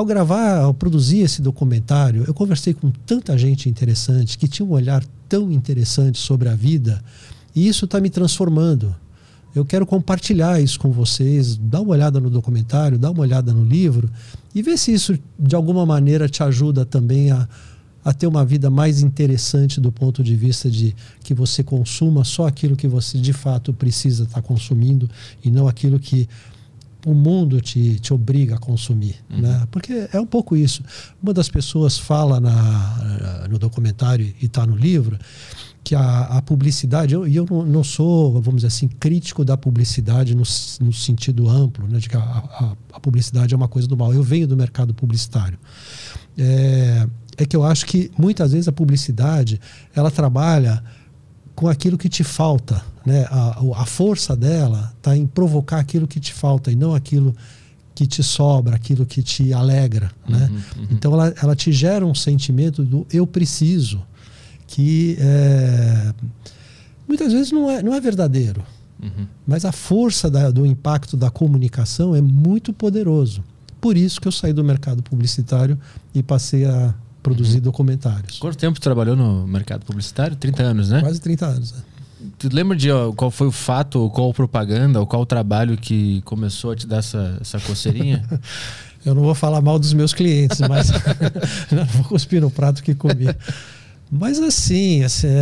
ao produzir esse documentário, eu conversei com tanta gente interessante, que tinha um olhar tão interessante sobre a vida, e isso está me transformando. Eu quero compartilhar isso com vocês. Dá uma olhada no documentário, dá uma olhada no livro e vê se isso de alguma maneira te ajuda também a ter uma vida mais interessante do ponto de vista de que você consuma só aquilo que você de fato precisa estar consumindo e não aquilo que o mundo te obriga a consumir, né? Porque é um pouco isso. Uma das pessoas fala no documentário e está no livro que a publicidade, eu não sou, vamos dizer assim, crítico da publicidade no sentido amplo, né, de que a publicidade é uma coisa do mal. Eu venho do mercado publicitário. É que eu acho que muitas vezes a publicidade ela trabalha com aquilo que te falta, né? A força dela está em provocar aquilo que te falta e não aquilo que te sobra, aquilo que te alegra, né? Então ela te gera um sentimento do eu preciso, que muitas vezes não é verdadeiro, mas a força do impacto da comunicação é muito poderoso. Por isso que eu saí do mercado publicitário e passei a produzir documentários. Quanto tempo tu trabalhou no mercado publicitário? 30 anos, né? Quase 30 anos. Tu lembra de qual foi o fato, ou qual propaganda, ou qual trabalho que começou a te dar essa coceirinha? Eu não vou falar mal dos meus clientes, mas não vou cuspir no prato que comi. Mas assim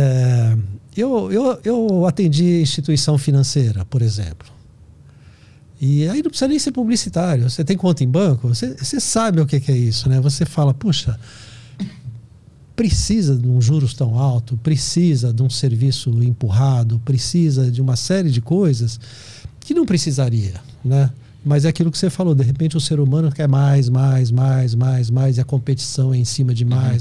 eu atendi instituição financeira, por exemplo. E aí não precisa nem ser publicitário. Você tem conta em banco, você sabe o que é isso, né? Você fala, puxa, precisa de um juros tão alto, precisa de um serviço empurrado, precisa de uma série de coisas que não precisaria, né? Mas é aquilo que você falou, de repente o ser humano quer mais, e a competição é em cima de mais.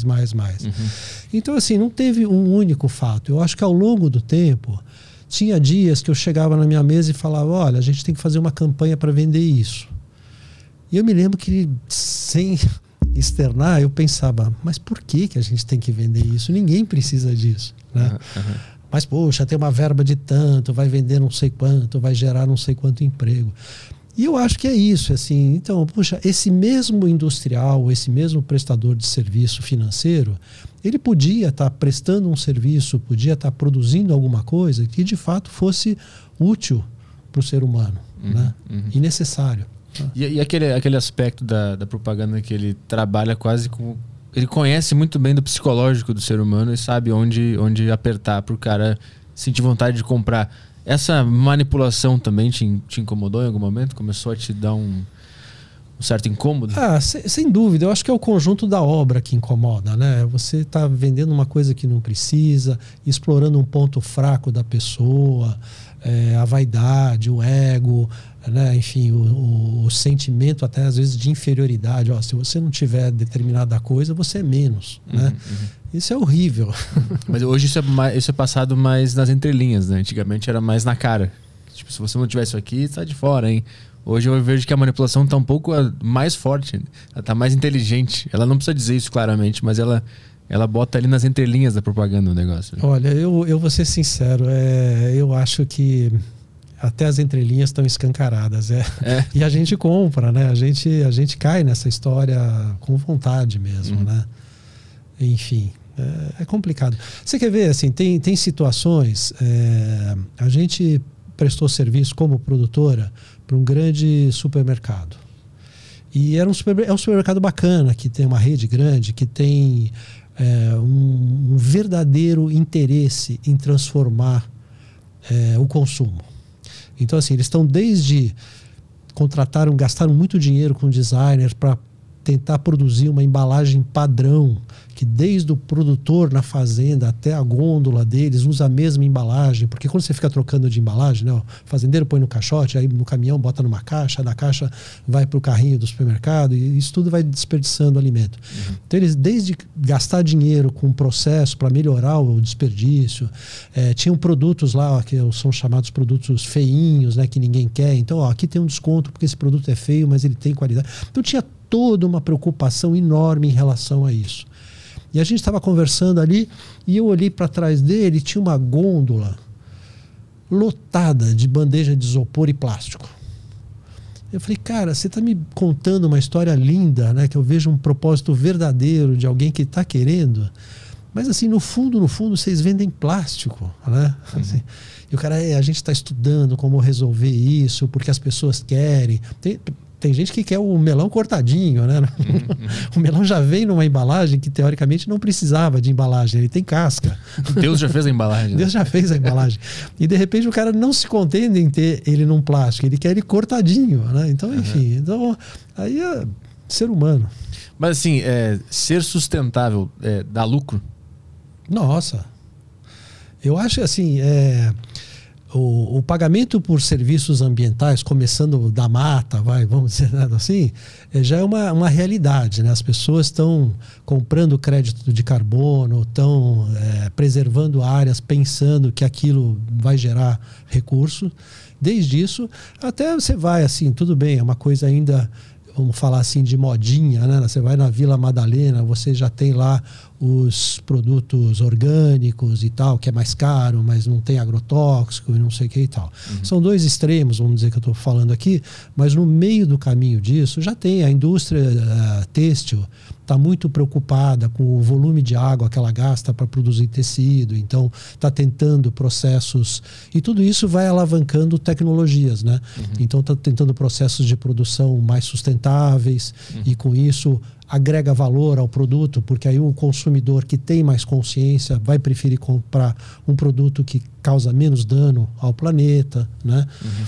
Então, assim, não teve um único fato. Eu acho que ao longo do tempo, tinha dias que eu chegava na minha mesa e falava, olha, a gente tem que fazer uma campanha para vender isso. E eu me lembro que, sem externar, eu pensava, mas por que a gente tem que vender isso? Ninguém precisa disso, né? Mas, poxa, tem uma verba de tanto, vai vender não sei quanto, vai gerar não sei quanto emprego. E eu acho que é isso, assim. Então, puxa, esse mesmo industrial, esse mesmo prestador de serviço financeiro, ele podia estar prestando um serviço, podia estar produzindo alguma coisa que de fato fosse útil para o ser humano, né? E necessário. E aquele aspecto da propaganda que ele trabalha quase com... Ele conhece muito bem do psicológico do ser humano e sabe onde apertar para o cara sentir vontade de comprar. Essa manipulação também te incomodou em algum momento? Começou a te dar um certo incômodo? Sem dúvida. Eu acho que é o conjunto da obra que incomoda, né? Você está vendendo uma coisa que não precisa, explorando um ponto fraco da pessoa, a vaidade, o ego, né? Enfim, o sentimento até às vezes de inferioridade. Se você não tiver determinada coisa, você é menos, né? Isso é horrível. Mas hoje isso é passado mais nas entrelinhas, né? Antigamente era mais na cara. Tipo, se você não tiver isso aqui, está de fora, hein? Hoje eu vejo que a manipulação está um pouco mais forte, ela está mais inteligente. Ela não precisa dizer isso claramente, mas ela bota ali nas entrelinhas da propaganda o negócio. Olha, eu vou ser sincero, eu acho que até as entrelinhas estão escancaradas. E a gente compra, né? A gente cai nessa história com vontade mesmo, né? Enfim, é complicado. Você quer ver, assim, tem situações... a gente prestou serviço como produtora para um grande supermercado. E é um supermercado bacana, que tem uma rede grande, que tem um verdadeiro interesse em transformar o consumo. Então, assim, eles estão gastaram muito dinheiro com designers para tentar produzir uma embalagem padrão, que desde o produtor na fazenda até a gôndola deles usa a mesma embalagem, porque quando você fica trocando de embalagem, né, o fazendeiro põe no caixote, aí no caminhão bota numa caixa, da caixa vai para o carrinho do supermercado, e isso tudo vai desperdiçando alimento. Então eles, desde gastar dinheiro com um processo para melhorar o desperdício, tinham produtos lá que são chamados produtos feinhos, né, que ninguém quer. Então, aqui tem um desconto porque esse produto é feio, mas ele tem qualidade. Então tinha toda uma preocupação enorme em relação a isso. E a gente estava conversando ali e eu olhei para trás dele e tinha uma gôndola lotada de bandeja de isopor e plástico. Eu falei, cara, você está me contando uma história linda, né? Que eu vejo um propósito verdadeiro de alguém que está querendo, mas assim, no fundo, vocês vendem plástico, né? Assim, e o cara, a gente está estudando como resolver isso, porque as pessoas querem. Tem gente que quer o melão cortadinho, né? O melão já vem numa embalagem que teoricamente não precisava de embalagem, ele tem casca. Deus já fez a embalagem. Deus já fez a embalagem. E de repente o cara não se contenta em ter ele num plástico, ele quer ele cortadinho, né? Então, enfim, então, aí é ser humano. Mas assim, ser sustentável dá lucro? Nossa, eu acho assim, o pagamento por serviços ambientais, começando da mata, vamos dizer assim, já é uma realidade, né? As pessoas estão comprando crédito de carbono, estão preservando áreas, pensando que aquilo vai gerar recurso. Desde isso, até você vai assim, tudo bem, é uma coisa ainda, vamos falar assim, de modinha, né? Você vai na Vila Madalena, você já tem lá os produtos orgânicos e tal, que é mais caro, mas não tem agrotóxico e não sei o que e tal. São dois extremos, vamos dizer, que eu estou falando aqui, mas no meio do caminho disso já tem a indústria têxtil, está muito preocupada com o volume de água que ela gasta para produzir tecido, então está tentando processos, e tudo isso vai alavancando tecnologias, né? Então está tentando processos de produção mais sustentáveis, e com isso agrega valor ao produto, porque aí o consumidor que tem mais consciência vai preferir comprar um produto que causa menos dano ao planeta, né?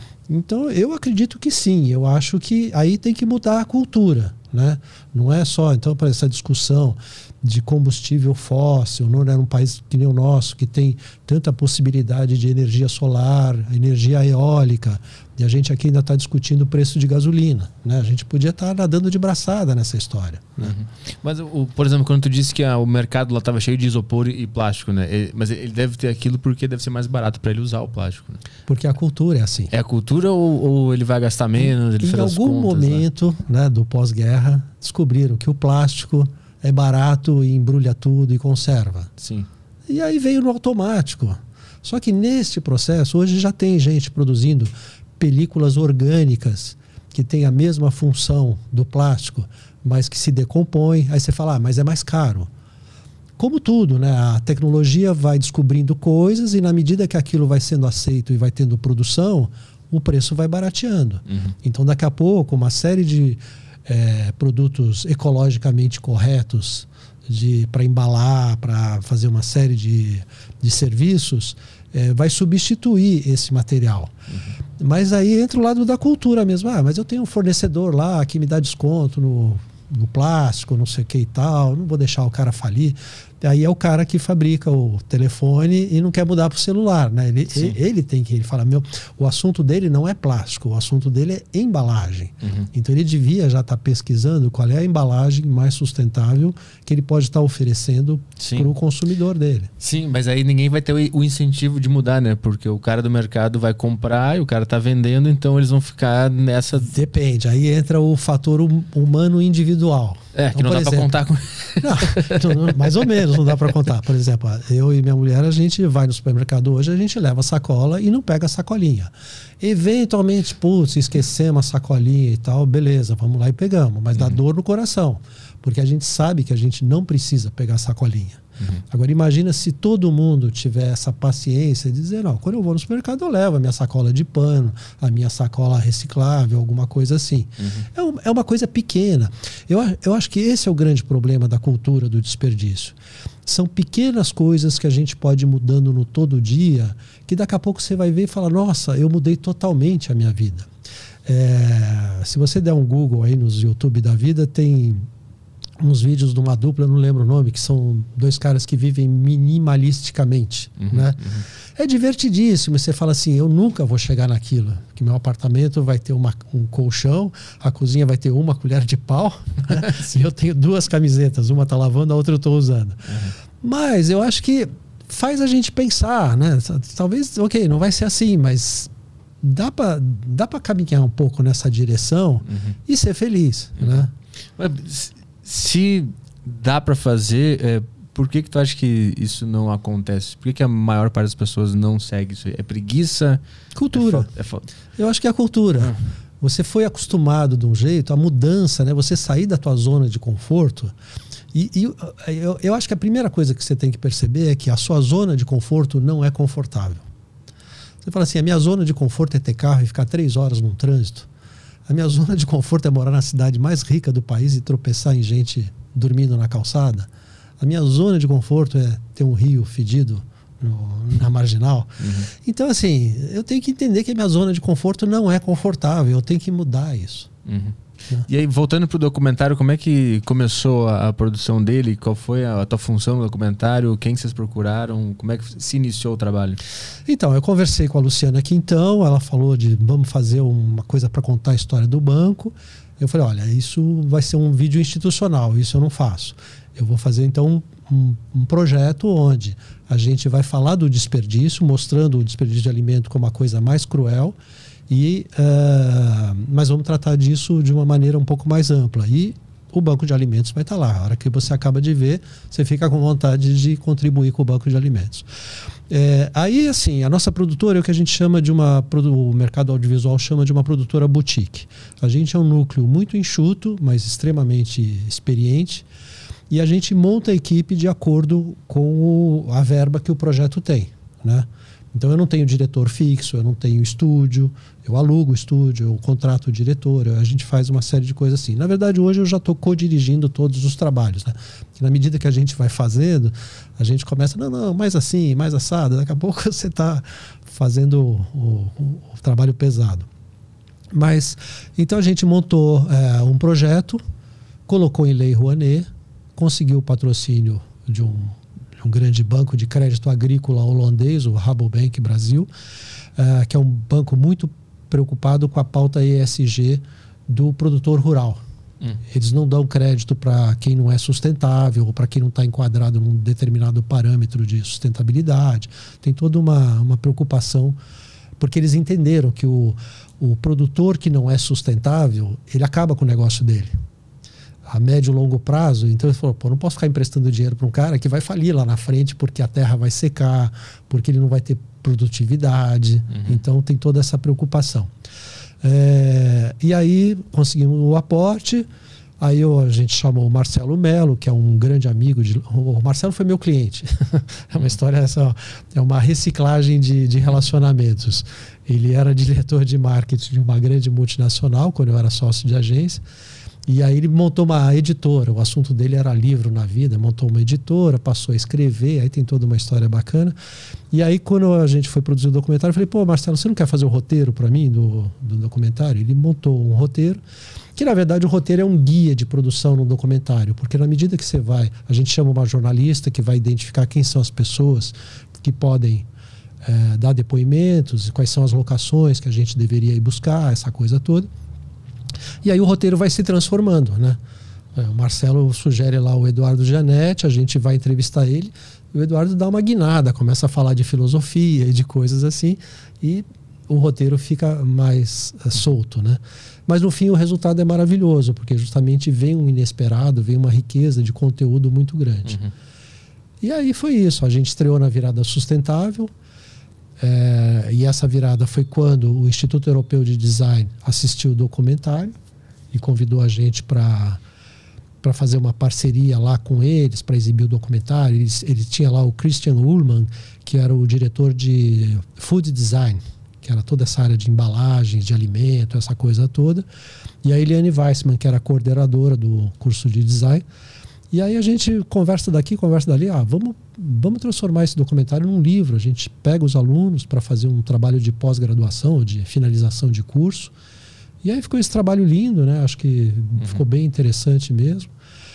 Então eu acredito que sim, eu acho que aí tem que mudar a cultura, né? Não é só, então, para essa discussão de combustível fóssil, não é um país que nem o nosso, que tem tanta possibilidade de energia solar, energia eólica, e a gente aqui ainda está discutindo o preço de gasolina, né? A gente podia estar nadando de braçada nessa história, né? Mas, por exemplo, quando tu disse que o mercado lá estava cheio de isopor e plástico, né? Mas ele deve ter aquilo porque deve ser mais barato para ele usar o plástico, né? Porque a cultura é assim. É a cultura ou ele vai gastar menos? Ele em algum momento, né, do pós-guerra, descobriram que o plástico é barato e embrulha tudo e conserva. Sim. E aí veio no automático. Só que neste processo, hoje já tem gente produzindo películas orgânicas que têm a mesma função do plástico, mas que se decompõem. Aí você fala, mas é mais caro. Como tudo, né? A tecnologia vai descobrindo coisas e na medida que aquilo vai sendo aceito e vai tendo produção, o preço vai barateando. Então daqui a pouco uma série de produtos ecologicamente corretos para embalar, para fazer uma série de serviços, vai substituir esse material. Mas aí entra o lado da cultura mesmo. Mas eu tenho um fornecedor lá que me dá desconto no plástico, não sei o que e tal, não vou deixar o cara falir. Aí é o cara que fabrica o telefone e não quer mudar para o celular, né? Ele fala, o assunto dele não é plástico, o assunto dele é embalagem. Então ele devia já estar pesquisando qual é a embalagem mais sustentável que ele pode estar oferecendo para o consumidor dele. Sim, mas aí ninguém vai ter o incentivo de mudar, né? Porque o cara do mercado vai comprar e o cara está vendendo, então eles vão ficar nessa... Depende, aí entra o fator humano individual. Então, que não dá para contar com... Não, mais ou menos não dá para contar. Por exemplo, eu e minha mulher, a gente vai no supermercado hoje, a gente leva a sacola e não pega a sacolinha. Eventualmente, esquecemos a sacolinha e tal, beleza, vamos lá e pegamos. Mas dá dor no coração, porque a gente sabe que a gente não precisa pegar a sacolinha. Agora imagina se todo mundo tiver essa paciência de dizer, não, quando eu vou no supermercado eu levo a minha sacola de pano, a minha sacola reciclável, alguma coisa assim. É uma coisa pequena. Eu acho que esse é o grande problema da cultura do desperdício. São pequenas coisas que a gente pode ir mudando no todo dia, que daqui a pouco você vai ver e falar, nossa, eu mudei totalmente a minha vida. Se você der um Google aí nos YouTube da vida, tem uns vídeos de uma dupla, eu não lembro o nome, que são dois caras que vivem minimalisticamente, né? É divertidíssimo, você fala assim, eu nunca vou chegar naquilo, que meu apartamento vai ter um colchão, a cozinha vai ter uma colher de pau, né? E eu tenho 2 camisetas, uma tá lavando, a outra eu tô usando. Mas eu acho que faz a gente pensar, né? Talvez, ok, não vai ser assim, mas dá para caminhar um pouco nessa direção e ser feliz, né? Mas, se dá para fazer, por que tu acha que isso não acontece? Por que a maior parte das pessoas não segue isso? É preguiça? Cultura. Eu acho que é a cultura. Você foi acostumado de um jeito, a mudança, né? Você sair da tua zona de conforto. Eu acho que a primeira coisa que você tem que perceber é que a sua zona de conforto não é confortável. Você fala assim, a minha zona de conforto é ter carro e ficar 3 horas num trânsito. A minha zona de conforto é morar na cidade mais rica do país e tropeçar em gente dormindo na calçada. A minha zona de conforto é ter um rio fedido na marginal. Então, assim, eu tenho que entender que a minha zona de conforto não é confortável. Eu tenho que mudar isso. E aí, voltando pro documentário, como é que começou a produção dele? Qual foi a tua função no documentário? Quem vocês procuraram? Como é que se iniciou o trabalho? Então, eu conversei com a Luciana Quintão, ela falou de vamos fazer uma coisa para contar a história do banco. Eu falei, olha, isso vai ser um vídeo institucional, isso eu não faço. Eu vou fazer então um projeto onde a gente vai falar do desperdício, mostrando o desperdício de alimento como a coisa mais cruel, mas vamos tratar disso de uma maneira um pouco mais ampla. E o banco de alimentos vai estar lá. A hora que você acaba de ver, você fica com vontade de contribuir com o banco de alimentos. Aí, assim, a nossa produtora é o que a gente chama de o mercado audiovisual chama de uma produtora boutique. A gente é um núcleo muito enxuto, mas extremamente experiente. E a gente monta a equipe de acordo com a verba que o projeto tem, né? Então eu não tenho diretor fixo, eu não tenho estúdio, eu alugo o estúdio, eu contrato o diretor, a gente faz uma série de coisas assim. Na verdade, hoje eu já estou co-dirigindo todos os trabalhos, né? E na medida que a gente vai fazendo, a gente começa, não, mais assim, mais assado, daqui a pouco você está fazendo o trabalho pesado. Mas, então a gente montou um projeto, colocou em Lei Rouanet, conseguiu o patrocínio de um grande banco de crédito agrícola holandês, o Rabobank Brasil, que é um banco muito preocupado com a pauta ESG do produtor rural. Eles não dão crédito para quem não é sustentável ou para quem não está enquadrado num determinado parâmetro de sustentabilidade. Tem toda uma preocupação, porque eles entenderam que o produtor que não é sustentável, ele acaba com o negócio dele a médio e longo prazo. Então ele falou, não posso ficar emprestando dinheiro para um cara que vai falir lá na frente porque a terra vai secar, porque ele não vai ter produtividade. Então tem toda essa preocupação. E aí conseguimos o aporte. Aí a gente chamou o Marcelo Mello, que é um grande amigo. O Marcelo foi meu cliente. É uma história, é uma reciclagem de relacionamentos. Ele era diretor de marketing de uma grande multinacional, quando eu era sócio de agência. E aí ele montou uma editora, o assunto dele era livro na vida, montou uma editora, passou a escrever, aí tem toda uma história bacana. E aí quando a gente foi produzir o documentário, eu falei, Marcelo, você não quer fazer o roteiro para mim do documentário? Ele montou um roteiro, que na verdade o roteiro é um guia de produção no documentário, porque na medida que você vai, a gente chama uma jornalista que vai identificar quem são as pessoas que podem dar depoimentos, quais são as locações que a gente deveria ir buscar, essa coisa toda. E aí o roteiro vai se transformando, né? O Marcelo sugere lá o Eduardo Gianetti, a gente vai entrevistar ele, e o Eduardo dá uma guinada, começa a falar de filosofia e de coisas assim, e o roteiro fica mais solto, né? Mas no fim o resultado é maravilhoso, porque justamente vem um inesperado, vem uma riqueza de conteúdo muito grande. E aí foi isso, a gente estreou na Virada Sustentável. E essa virada foi quando o Instituto Europeu de Design assistiu o documentário e convidou a gente para fazer uma parceria lá com eles, para exibir o documentário. Ele tinha lá o Christian Ullmann, que era o diretor de Food Design, que era toda essa área de embalagens, de alimento, essa coisa toda. E a Eliane Weissman, que era a coordenadora do curso de design. E aí a gente conversa daqui, conversa dali, vamos transformar esse documentário num livro. A gente pega os alunos para fazer um trabalho de pós-graduação, de finalização de curso. E aí ficou esse trabalho lindo, né? Acho que ficou bem interessante mesmo.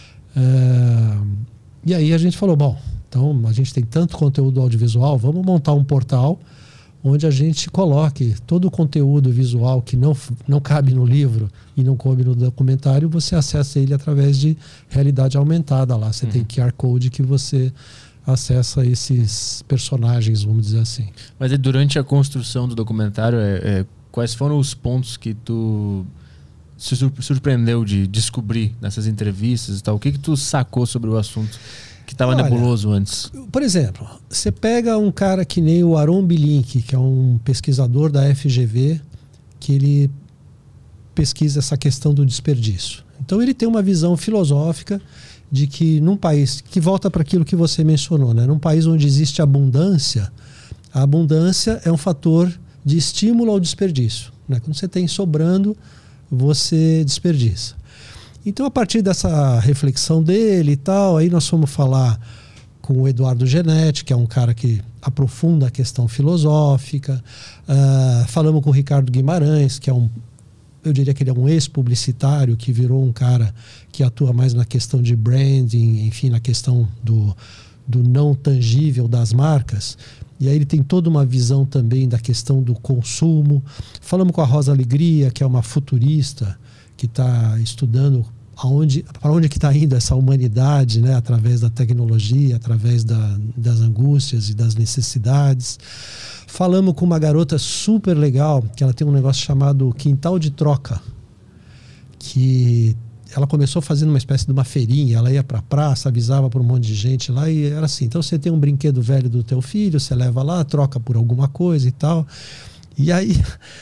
E aí a gente falou, então a gente tem tanto conteúdo audiovisual, vamos montar um portal onde a gente coloque todo o conteúdo visual que não cabe no livro e não coube no documentário, você acessa ele através de realidade aumentada lá. Você tem QR Code que você acessa esses personagens, vamos dizer assim. Mas durante a construção do documentário, quais foram os pontos que tu se surpreendeu de descobrir nessas entrevistas e tal? O que tu sacou sobre o assunto que estava nebuloso antes? Por exemplo, você pega um cara que nem o Aron Bilink, que é um pesquisador da FGV, que ele pesquisa essa questão do desperdício. Então ele tem uma visão filosófica de que num país, que volta para aquilo que você mencionou, né? Num país onde existe abundância, a abundância é um fator de estímulo ao desperdício, né? Quando você tem sobrando, você desperdiça. Então, a partir dessa reflexão dele e tal, aí nós fomos falar com o Eduardo Genetti, que é um cara que aprofunda a questão filosófica. Falamos com o Ricardo Guimarães, que eu diria que ele é um ex-publicitário que virou um cara que atua mais na questão de branding, enfim, na questão do não tangível das marcas. E aí ele tem toda uma visão também da questão do consumo. Falamos com a Rosa Alegria, que é uma futurista que está estudando para onde que está indo essa humanidade, né? Através da tecnologia, através das angústias e das necessidades. Falamos com uma garota super legal, que ela tem um negócio chamado Quintal de Troca, que ela começou fazendo uma espécie de uma feirinha. Ela ia para a praça, avisava para um monte de gente lá, e era assim: então você tem um brinquedo velho do teu filho, você leva lá, troca por alguma coisa e tal. E aí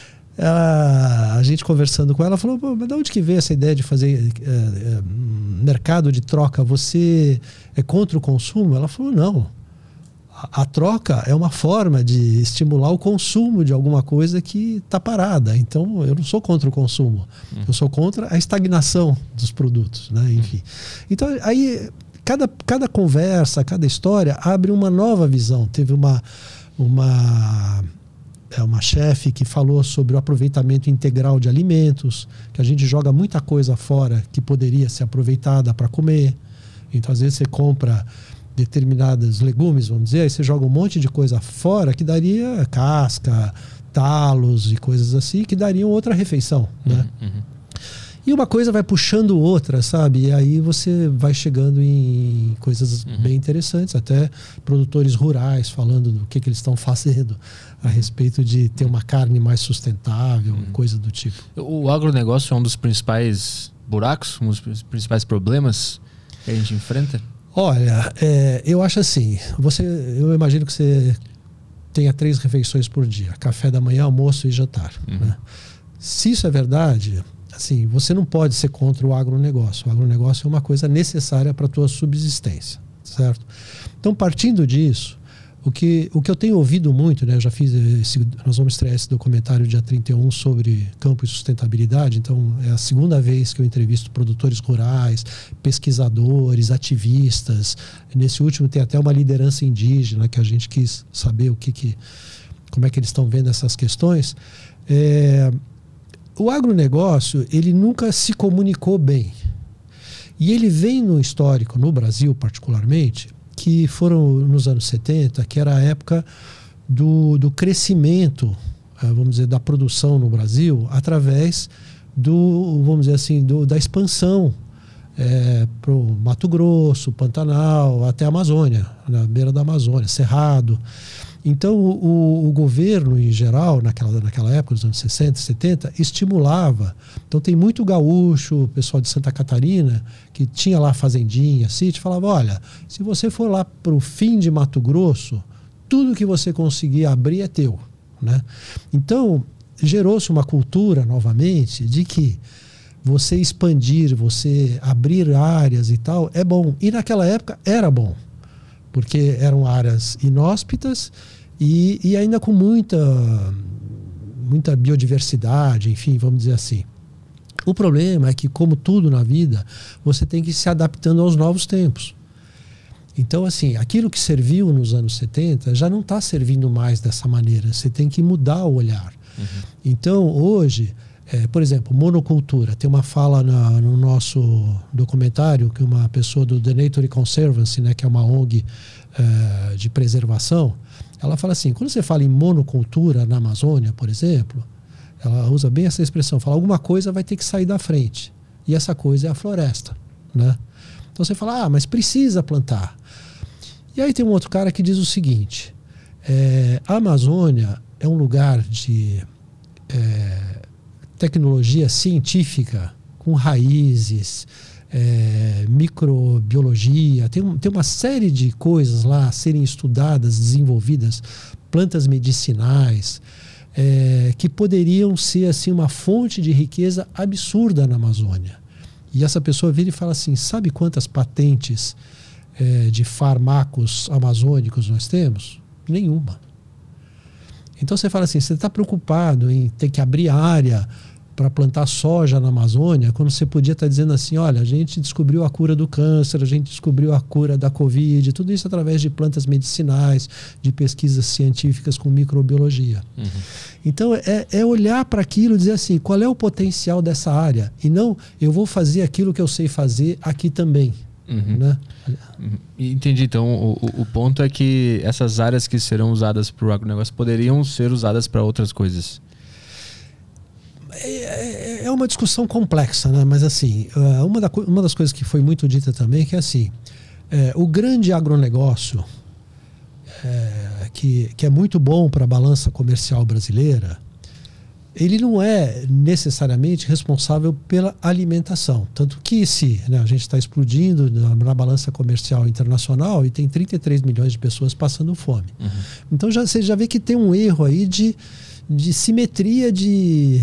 a gente conversando com ela falou: pô, mas de onde que veio essa ideia de fazer mercado de troca? Você é contra o consumo? Ela falou: não. A troca é uma forma de estimular o consumo de alguma coisa que está parada. Então, eu não sou contra o consumo. Eu sou contra a estagnação dos produtos, né? Enfim. Então, aí, cada conversa, cada história abre uma nova visão. Teve uma chefe que falou sobre o aproveitamento integral de alimentos, que a gente joga muita coisa fora que poderia ser aproveitada para comer. Então, às vezes, você compra determinados legumes, vamos dizer, aí você joga um monte de coisa fora que daria casca, talos e coisas assim, que dariam outra refeição, né? E uma coisa vai puxando outra, sabe? E aí você vai chegando em coisas bem interessantes, até produtores rurais falando do que eles estão fazendo a respeito de ter uma carne mais sustentável, coisa do tipo. O agronegócio é um dos principais buracos, um dos principais problemas que a gente enfrenta? Olha, eu acho assim, eu imagino que você tenha 3 refeições por dia: café da manhã, almoço e jantar. Né? Se isso é verdade, assim, você não pode ser contra o agronegócio. O agronegócio é uma coisa necessária para a tua subsistência, certo? Então, partindo disso, o que eu tenho ouvido muito, né? Eu já fiz nós vamos estrear esse documentário dia 31 sobre campo e sustentabilidade. Então, é a segunda vez que eu entrevisto produtores rurais, pesquisadores, ativistas. Nesse último tem até uma liderança indígena, que a gente quis saber como é que eles estão vendo essas questões. O agronegócio, ele nunca se comunicou bem. E ele vem no histórico, no Brasil particularmente, que foram nos anos 70, que era a época do crescimento, vamos dizer, da produção no Brasil, através vamos dizer assim, da expansão para o Mato Grosso, Pantanal, até a Amazônia, na beira da Amazônia, Cerrado. Então, o governo, em geral, naquela época, nos anos 60, 70, estimulava. Então, tem muito gaúcho, pessoal de Santa Catarina, que tinha lá fazendinha, sítio, falava: olha, se você for lá para o fim de Mato Grosso, tudo que você conseguir abrir é teu, né? Então, gerou-se uma cultura, novamente, de que você expandir, você abrir áreas e tal, é bom. E naquela época era bom, porque eram áreas inóspitas e ainda com muita biodiversidade, enfim, vamos dizer assim. O problema é que, como tudo na vida, você tem que ir se adaptando aos novos tempos. Então, assim, aquilo que serviu nos anos 70 já não está servindo mais dessa maneira. Você tem que mudar o olhar. Então, hoje, por exemplo, monocultura. Tem uma fala no nosso documentário que uma pessoa do The Nature Conservancy, né, que é uma ONG de preservação, ela fala assim: quando você fala em monocultura na Amazônia, por exemplo, ela usa bem essa expressão, fala: alguma coisa vai ter que sair da frente. E essa coisa é a floresta, né? Então você fala: mas precisa plantar. E aí tem um outro cara que diz o seguinte: a Amazônia é um lugar de tecnologia científica com raízes, microbiologia, tem uma série de coisas lá a serem estudadas, desenvolvidas, plantas medicinais, que poderiam ser assim uma fonte de riqueza absurda na Amazônia. E essa pessoa vira e fala assim: sabe quantas patentes de fármacos amazônicos nós temos? Nenhuma. Então você fala assim: você está preocupado em ter que abrir área para plantar soja na Amazônia, quando você podia estar dizendo assim, olha, a gente descobriu a cura do câncer, a gente descobriu a cura da Covid, tudo isso através de plantas medicinais, de pesquisas científicas com microbiologia. Então é olhar para aquilo e dizer assim, qual é o potencial dessa área? E não, eu vou fazer aquilo que eu sei fazer aqui também. Né? Entendi. Então, o ponto é que essas áreas que serão usadas para o agronegócio poderiam ser usadas para outras coisas. É uma discussão complexa, né? Mas assim, uma das coisas que foi muito dita também é que assim, o grande agronegócio, que é muito bom para a balança comercial brasileira, ele não é necessariamente responsável pela alimentação. Tanto que a gente está explodindo na balança comercial internacional e tem 33 milhões de pessoas passando fome. Então você já vê que tem um erro aí de simetria de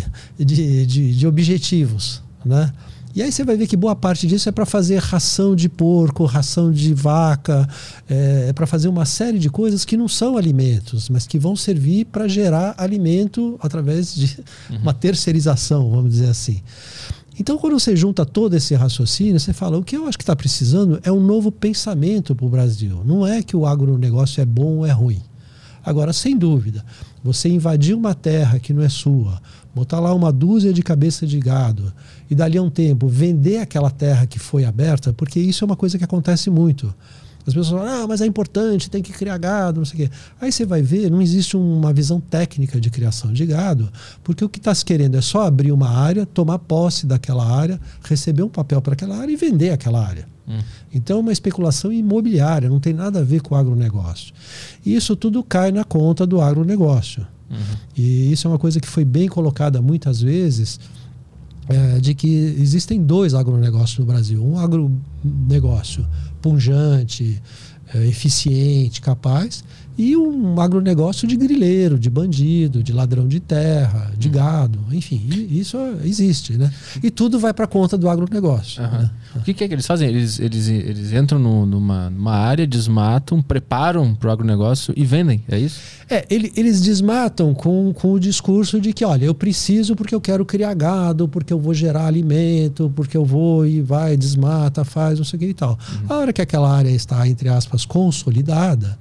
objetivos, né? E aí você vai ver que boa parte disso é para fazer ração de porco, ração de vaca, para fazer uma série de coisas que não são alimentos, mas que vão servir para gerar alimento através de uma terceirização, vamos dizer assim. Então, quando você junta todo esse raciocínio, você fala, o que eu acho que está precisando é um novo pensamento para o Brasil. Não é que o agronegócio é bom ou é ruim. Agora, sem dúvida, você invadir uma terra que não é sua, botar lá uma dúzia de cabeça de gado e dali a um tempo vender aquela terra que foi aberta, porque isso é uma coisa que acontece muito. As pessoas falam, mas é importante, tem que criar gado, não sei o quê. Aí você vai ver, não existe uma visão técnica de criação de gado, porque o que está se querendo é só abrir uma área, tomar posse daquela área, receber um papel para aquela área e vender aquela área. Então é uma especulação imobiliária, não tem nada a ver com o agronegócio. E isso tudo cai na conta do agronegócio. E isso é uma coisa que foi bem colocada muitas vezes, de que existem dois agronegócios no Brasil. Um agronegócio pujante, eficiente, capaz, e um agronegócio de grileiro, de bandido, de ladrão de terra, de gado, enfim, isso existe, né? E tudo vai para conta do agronegócio. Né? O que é que eles fazem? Eles entram numa área, desmatam, preparam para o agronegócio e vendem, é isso? Eles desmatam com o discurso de que, olha, eu preciso porque eu quero criar gado, porque eu vou gerar alimento, porque eu vou e vai, desmata, faz, não sei o que e tal. A hora que aquela área está, entre aspas, consolidada,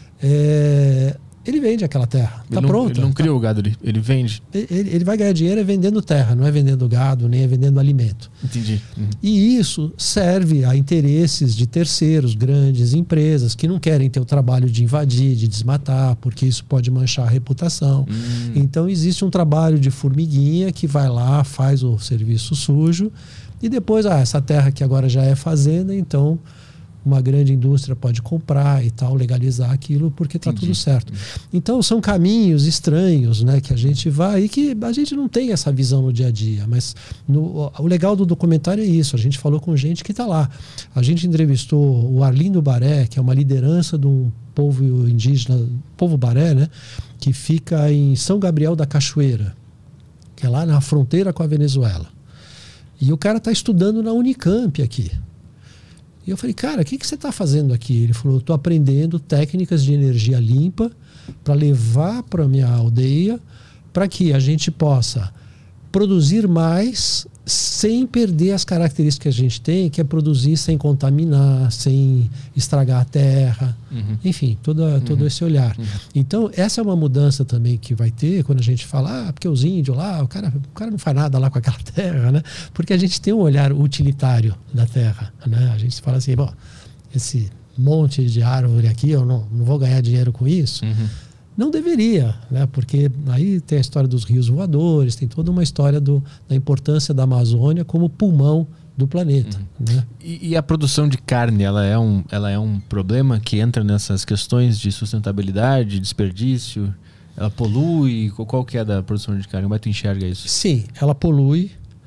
ele vende aquela terra. Está pronta. Ele não cria o gado, ele vende. Ele vai ganhar dinheiro vendendo terra, não é vendendo gado, nem é vendendo alimento. Entendi. E isso serve a interesses de terceiros, grandes empresas, que não querem ter o trabalho de invadir, de desmatar, porque isso pode manchar a reputação. Então existe um trabalho de formiguinha que vai lá, faz o serviço sujo, e depois, essa terra que agora já é fazenda, então uma grande indústria pode comprar e tal, legalizar aquilo, porque está tudo certo. Então são caminhos estranhos, né, que a gente vai e que a gente não tem essa visão no dia a dia, mas o legal do documentário é isso, a gente falou com gente que está lá. A gente entrevistou o Arlindo Baré, que é uma liderança de um povo indígena, povo Baré, né, que fica em São Gabriel da Cachoeira, que é lá na fronteira com a Venezuela. E o cara está estudando na Unicamp aqui. E eu falei, cara, o que você está fazendo aqui? Ele falou, eu estou aprendendo técnicas de energia limpa para levar para a minha aldeia, para que a gente possa produzir mais sem perder as características que a gente tem, que é produzir sem contaminar, sem estragar a terra, enfim, todo esse olhar. Então, essa é uma mudança também que vai ter quando a gente fala, porque os índios lá, o cara não faz nada lá com aquela terra, né? Porque a gente tem um olhar utilitário da terra, né? A gente fala assim, bom, esse monte de árvore aqui, eu não vou ganhar dinheiro com isso. Não deveria, né? Porque aí tem a história dos rios voadores, tem toda uma história da importância da Amazônia como pulmão do planeta. Né? E a produção de carne, ela é um problema que entra nessas questões de sustentabilidade, desperdício? Ela polui? Qual que é da produção de carne? Como é que tu enxerga isso? Sim, ela polui,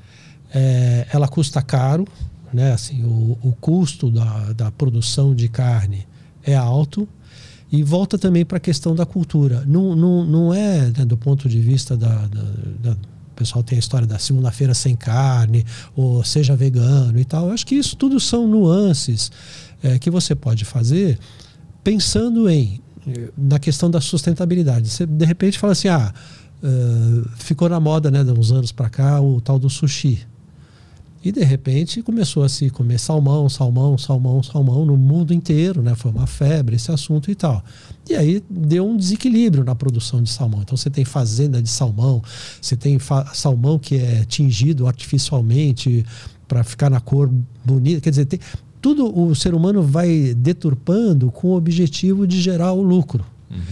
ela custa caro, né? Assim, o custo da produção de carne é alto. E volta também para a questão da cultura. Não é, né, do ponto de vista o pessoal tem a história da segunda-feira sem carne, ou seja vegano e tal. Eu acho que isso tudo são nuances que você pode fazer pensando na questão da sustentabilidade. Você, de repente, fala assim, ficou na moda, né, de uns anos para cá, o tal do sushi. E de repente começou a se comer salmão no mundo inteiro, né? Foi uma febre esse assunto e tal. E aí deu um desequilíbrio na produção de salmão. Então você tem fazenda de salmão, você tem salmão que é tingido artificialmente para ficar na cor bonita. Quer dizer, tudo o ser humano vai deturpando com o objetivo de gerar o lucro.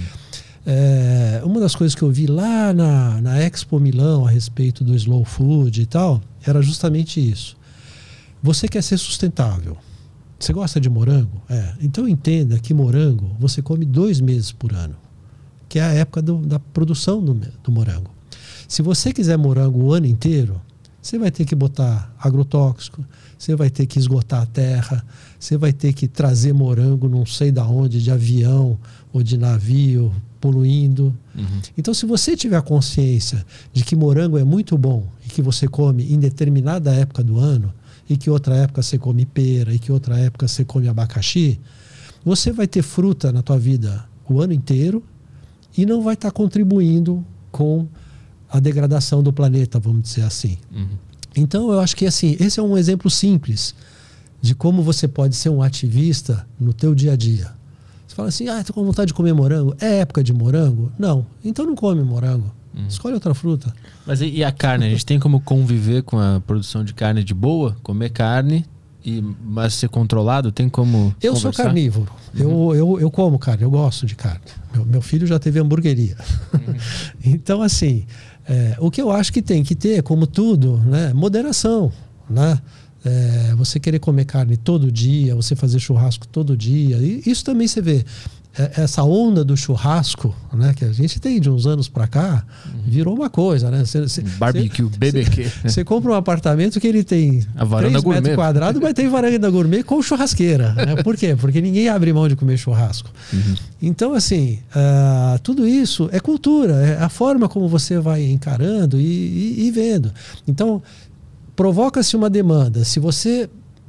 Uma das coisas que eu vi lá na Expo Milão a respeito do slow food e tal, era justamente isso. Você quer ser sustentável. Você gosta de morango? Então entenda que morango você come 2 meses por ano, que é a época da produção do morango. Se você quiser morango o ano inteiro, você vai ter que botar agrotóxico, você vai ter que esgotar a terra, você vai ter que trazer morango não sei da onde, de avião ou de navio, poluindo. Então, se você tiver a consciência de que morango é muito bom e que você come em determinada época do ano, e que outra época você come pera, e que outra época você come abacaxi, você vai ter fruta na tua vida o ano inteiro e não vai estar contribuindo com a degradação do planeta, vamos dizer assim. Então, eu acho que assim, esse é um exemplo simples de como você pode ser um ativista no teu dia a dia. Você fala assim, estou com vontade de comer morango. É época de morango? Não. Então não come morango. Escolhe outra fruta. Mas e a carne? A gente tem como conviver com a produção de carne de boa? Comer carne, mas ser controlado? Tem como Eu sou carnívoro. Eu como carne, eu gosto de carne. Meu filho já teve hamburgueria. Então, assim, o que eu acho que tem que ter, como tudo, né, moderação, né? Você querer comer carne todo dia, você fazer churrasco todo dia, e isso também você vê. Essa onda do churrasco, né, que a gente tem de uns anos para cá, virou uma coisa, né? Barbecue, BBQ. Você compra um apartamento que ele tem a varanda 3 metros quadrados, mas tem varanda gourmet com churrasqueira. Né? Por quê? Porque ninguém abre mão de comer churrasco. Então, assim, tudo isso é cultura, é a forma como você vai encarando e vendo. Então, provoca-se uma demanda. Se você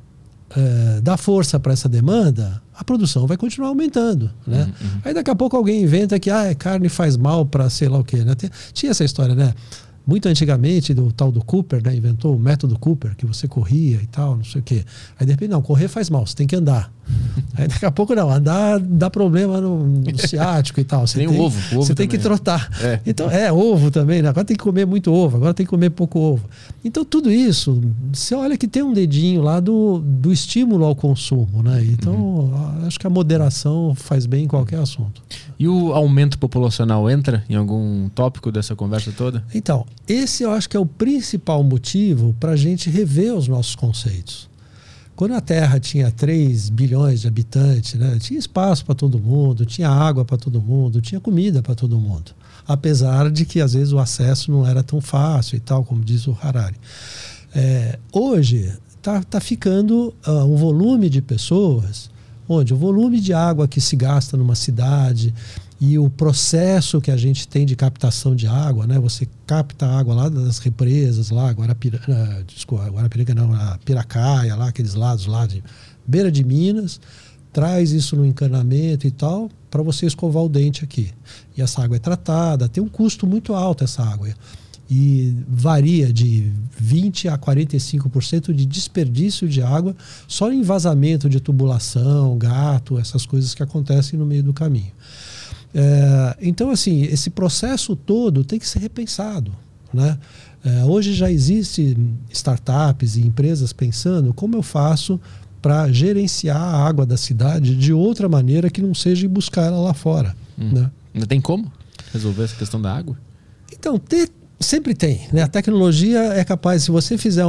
dá força para essa demanda, a produção vai continuar aumentando, né? Aí daqui a pouco alguém inventa que carne faz mal para sei lá o quê, né? Tinha essa história, né? Muito antigamente, do tal do Cooper, né? Inventou o método Cooper, que você corria e tal, não sei o quê. Aí de repente, não, correr faz mal, você tem que andar. Aí daqui a pouco, não, andar dá problema no ciático e tal. Nem o ovo você tem que trotar. Então, ovo também, né? Agora tem que comer muito ovo, agora tem que comer pouco ovo. Então, tudo isso, você olha que tem um dedinho lá do estímulo ao consumo, né? Então, acho que a moderação faz bem em qualquer assunto. E o aumento populacional entra em algum tópico dessa conversa toda? Então, esse eu acho que é o principal motivo para a gente rever os nossos conceitos. Quando a Terra tinha 3 bilhões de habitantes, né, tinha espaço para todo mundo, tinha água para todo mundo, tinha comida para todo mundo. Apesar de que, às vezes, o acesso não era tão fácil e tal, como diz o Harari. Hoje, tá ficando um volume de pessoas, onde o volume de água que se gasta numa cidade e o processo que a gente tem de captação de água, né? Você capta a água lá das represas, lá, Guarapiranga não, a Piracaia, lá, aqueles lados lá de beira de Minas, traz isso no encanamento e tal, para você escovar o dente aqui. E essa água é tratada, tem um custo muito alto essa água. E varia de 20% a 45% de desperdício de água só em vazamento de tubulação, gato, essas coisas que acontecem no meio do caminho. Então, assim, esse processo todo tem que ser repensado, né? Hoje já existem startups e empresas pensando como eu faço para gerenciar a água da cidade de outra maneira que não seja ir buscar ela lá fora. Né? Não tem como resolver essa questão da água? Então, sempre tem, né? A tecnologia é capaz, se você fizer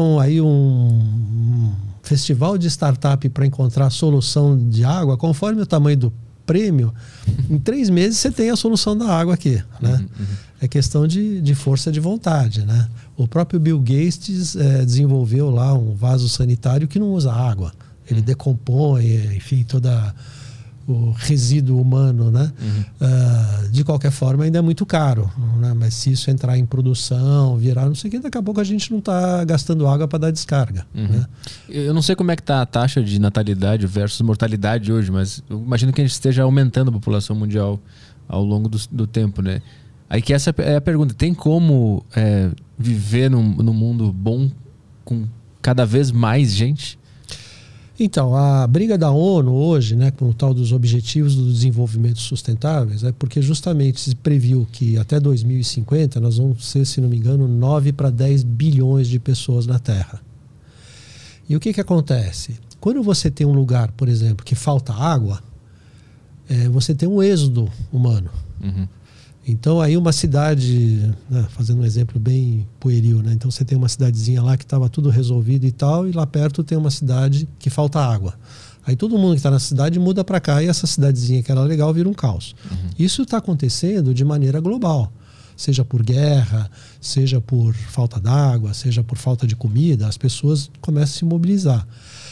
um festival de startup para encontrar solução de água, conforme o tamanho do prêmio, em 3 meses você tem a solução da água aqui, né? É questão de força de vontade, né? O próprio Bill Gates desenvolveu lá um vaso sanitário que não usa água, ele decompõe, enfim, toda o resíduo humano, né? De qualquer forma ainda é muito caro, né? Mas se isso entrar em produção, virar não sei o que, daqui a pouco a gente não está gastando água para dar descarga, né? Eu não sei como é que está a taxa de natalidade versus mortalidade hoje, mas eu imagino que a gente esteja aumentando a população mundial ao longo do tempo, né? Aí que essa é a pergunta. Tem como viver num mundo bom com cada vez mais gente? Então, a briga da ONU hoje, né, com o tal dos Objetivos do Desenvolvimento Sustentáveis, é porque justamente se previu que até 2050 nós vamos ser, se não me engano, 9 para 10 bilhões de pessoas na Terra. E o que acontece? Quando você tem um lugar, por exemplo, que falta água, você tem um êxodo humano. Uhum. Então aí uma cidade, né, fazendo um exemplo bem pueril, né? Então você tem uma cidadezinha lá que estava tudo resolvido e tal, e lá perto tem uma cidade que falta água. Aí todo mundo que está na cidade muda para cá e essa cidadezinha que era legal vira um caos. Uhum. Isso está acontecendo de maneira global, seja por guerra, seja por falta d'água, seja por falta de comida, as pessoas começam a se mobilizar.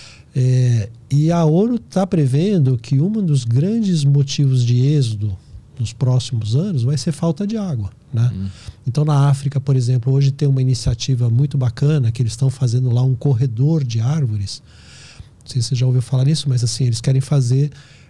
E a ONU está prevendo que um dos grandes motivos de êxodo nos próximos anos vai ser falta de água, né? Então na África, por exemplo, hoje tem uma iniciativa muito bacana que eles estão fazendo lá um corredor de árvores. Não sei se você já ouviu falar nisso, mas assim, eles querem fazer,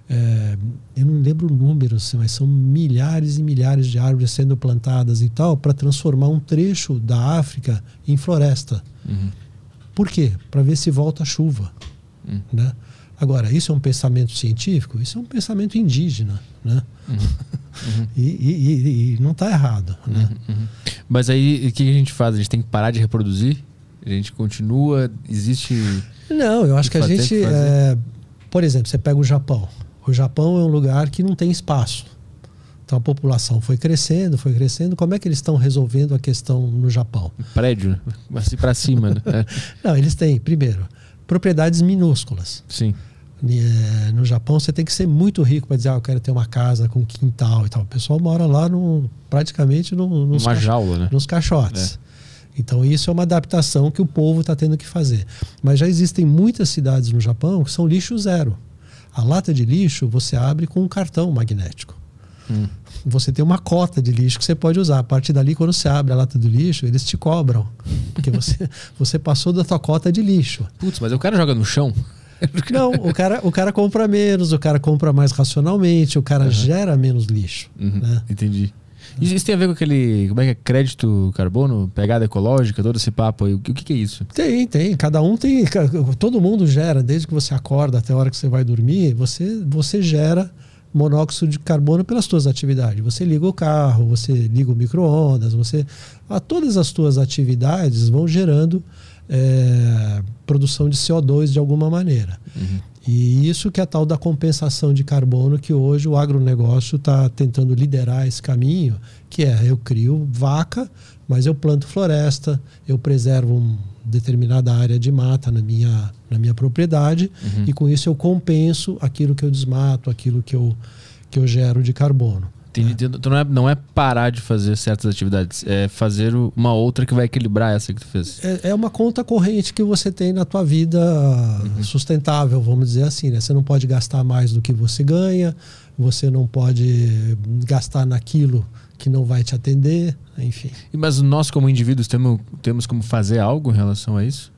eu não lembro o número, assim, mas são milhares e milhares de árvores sendo plantadas e tal, para transformar um trecho da África em floresta. Uhum. Por quê? Para ver se volta a chuva, né? Agora, isso é um pensamento científico? Isso é um pensamento indígena, né? Uhum. Uhum. E não está errado, né? Uhum. Mas aí, o que a gente faz? A gente tem que parar de reproduzir? A gente continua? Existe... Não, eu acho que a gente... por exemplo, você pega o Japão. O Japão é um lugar que não tem espaço. Então a população foi crescendo. Como é que eles estão resolvendo a questão no Japão? Prédio, né? Assim para cima, né? Não, eles têm, primeiro, propriedades minúsculas. Sim. No Japão você tem que ser muito rico para dizer, eu quero ter uma casa com quintal e tal. O pessoal mora lá praticamente numa jaula, né? Nos caixotes. Então isso é uma adaptação que o povo está tendo que fazer. Mas já existem muitas cidades no Japão que são lixo zero. A lata de lixo você abre com um cartão magnético. Você tem uma cota de lixo que você pode usar. A partir dali, quando você abre a lata do lixo, eles te cobram. Porque você passou da tua cota de lixo. Putz, mas o cara joga no chão? Não, o cara compra menos, o cara compra mais racionalmente, o cara gera menos lixo. Né? Entendi. Isso tem a ver com aquele, como é que é, crédito carbono, pegada ecológica, todo esse papo aí. O que é isso? Tem. Cada um tem. Todo mundo gera, desde que você acorda até a hora que você vai dormir, você gera monóxido de carbono pelas suas atividades. Você liga o carro, você liga o micro-ondas, todas as suas atividades vão gerando produção de CO2 de alguma maneira. E isso que é a tal da compensação de carbono, que hoje o agronegócio está tentando liderar esse caminho, que eu crio vaca, mas eu planto floresta, eu preservo uma determinada área de mata na minha propriedade, e com isso eu compenso aquilo que eu desmato, aquilo que eu gero de carbono. Então não é parar de fazer certas atividades, é fazer uma outra que vai equilibrar essa que tu fez. É uma conta corrente que você tem na tua vida sustentável, vamos dizer assim, né? Você não pode gastar mais do que você ganha, você não pode gastar naquilo que não vai te atender, enfim. Mas nós como indivíduos temos como fazer algo em relação a isso?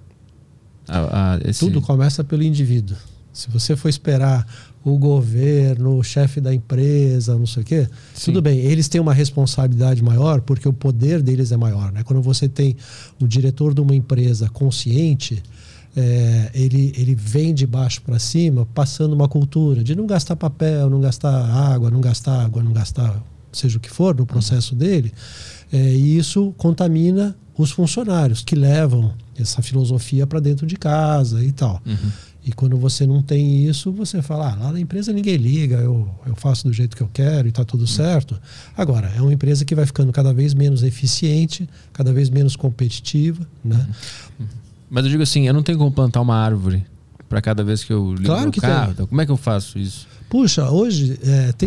Tudo começa pelo indivíduo. Se você for esperar o governo, o chefe da empresa, não sei o quê, tudo bem, eles têm uma responsabilidade maior porque o poder deles é maior, né? Quando você tem o diretor de uma empresa consciente, ele vem de baixo para cima passando uma cultura de não gastar papel, não gastar água, não gastar seja o que for no processo dele, e isso contamina os funcionários que levam essa filosofia para dentro de casa e tal. E quando você não tem isso, você fala, lá na empresa ninguém liga, eu faço do jeito que eu quero e está tudo certo. Agora, é uma empresa que vai ficando cada vez menos eficiente, cada vez menos competitiva, né? Mas eu digo assim, eu não tenho como plantar uma árvore para cada vez que eu ligo o carro. Então, como é que eu faço isso? Puxa, hoje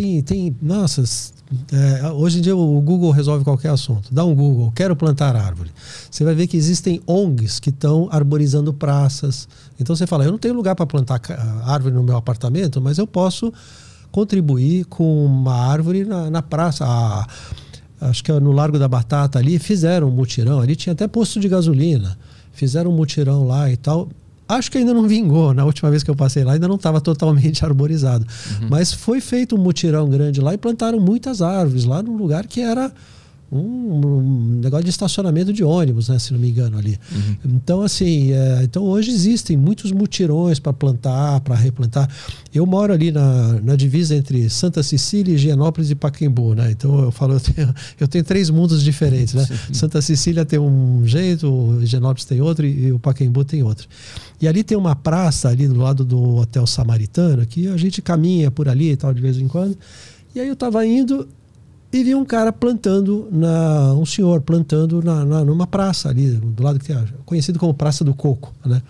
hoje em dia o Google resolve qualquer assunto. Dá um Google, quero plantar árvore. Você vai ver que existem ONGs que estão arborizando praças. Então você fala, eu não tenho lugar para plantar árvore no meu apartamento, mas eu posso contribuir com uma árvore na praça. Acho que no Largo da Batata ali fizeram um mutirão. Ali tinha até posto de gasolina. Fizeram um mutirão lá e tal. Acho que ainda não vingou. Na última vez que eu passei lá, ainda não estava totalmente arborizado. Mas foi feito um mutirão grande lá e plantaram muitas árvores lá num lugar que era um negócio de estacionamento de ônibus, né, se não me engano ali. Então assim, então hoje existem muitos mutirões para plantar, para replantar. Eu moro ali na divisa entre Santa Cecília, Higienópolis e Pacaembu, né? Então eu falo, eu tenho 3 mundos diferentes, né? Santa Cecília tem um jeito, o Higienópolis tem outro e o Pacaembu tem outro. E ali tem uma praça ali do lado do Hotel Samaritano, que a gente caminha por ali e tal de vez em quando. E aí eu estava indo e vi um cara plantando, um senhor plantando numa praça ali, do lado que é conhecido como Praça do Coco, né?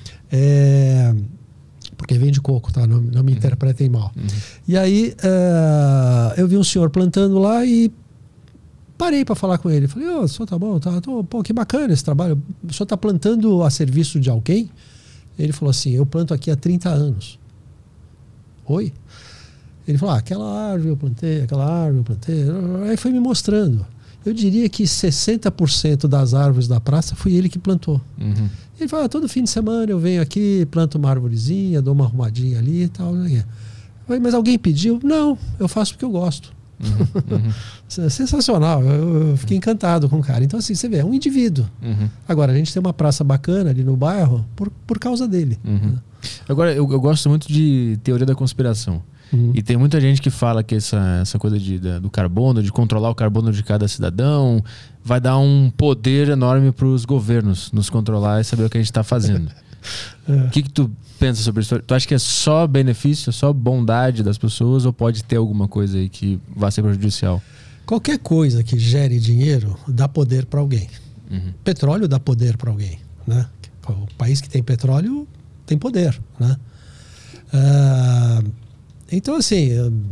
Porque vem de coco, tá? Não me interpretem mal. E aí eu vi um senhor plantando lá e parei para falar com ele. Falei, o senhor tá bom? Pô, que bacana esse trabalho. O senhor tá plantando a serviço de alguém? Ele falou assim, eu planto aqui há 30 anos. Oi? Ele falou, aquela árvore eu plantei, aquela árvore eu plantei. Aí foi me mostrando. Eu diria que 60% das árvores da praça foi ele que plantou. Ele falou, todo fim de semana eu venho aqui, planto uma arvorezinha, dou uma arrumadinha ali e tal. Eu falei, mas alguém pediu? Não, eu faço porque eu gosto. Sensacional, eu fiquei encantado com o cara. Então assim, você vê, é um indivíduo. Agora, a gente tem uma praça bacana ali no bairro por causa dele. Agora, eu gosto muito de teoria da conspiração. E tem muita gente que fala que essa coisa do carbono, de controlar o carbono de cada cidadão, vai dar um poder enorme para os governos nos controlar e saber o que a gente está fazendo. O que tu pensa sobre isso? Tu acha que é só benefício, só bondade das pessoas, ou pode ter alguma coisa aí que vá ser prejudicial? Qualquer coisa que gere dinheiro dá poder para alguém. Petróleo dá poder para alguém, né? O país que tem petróleo tem poder, né? Então assim,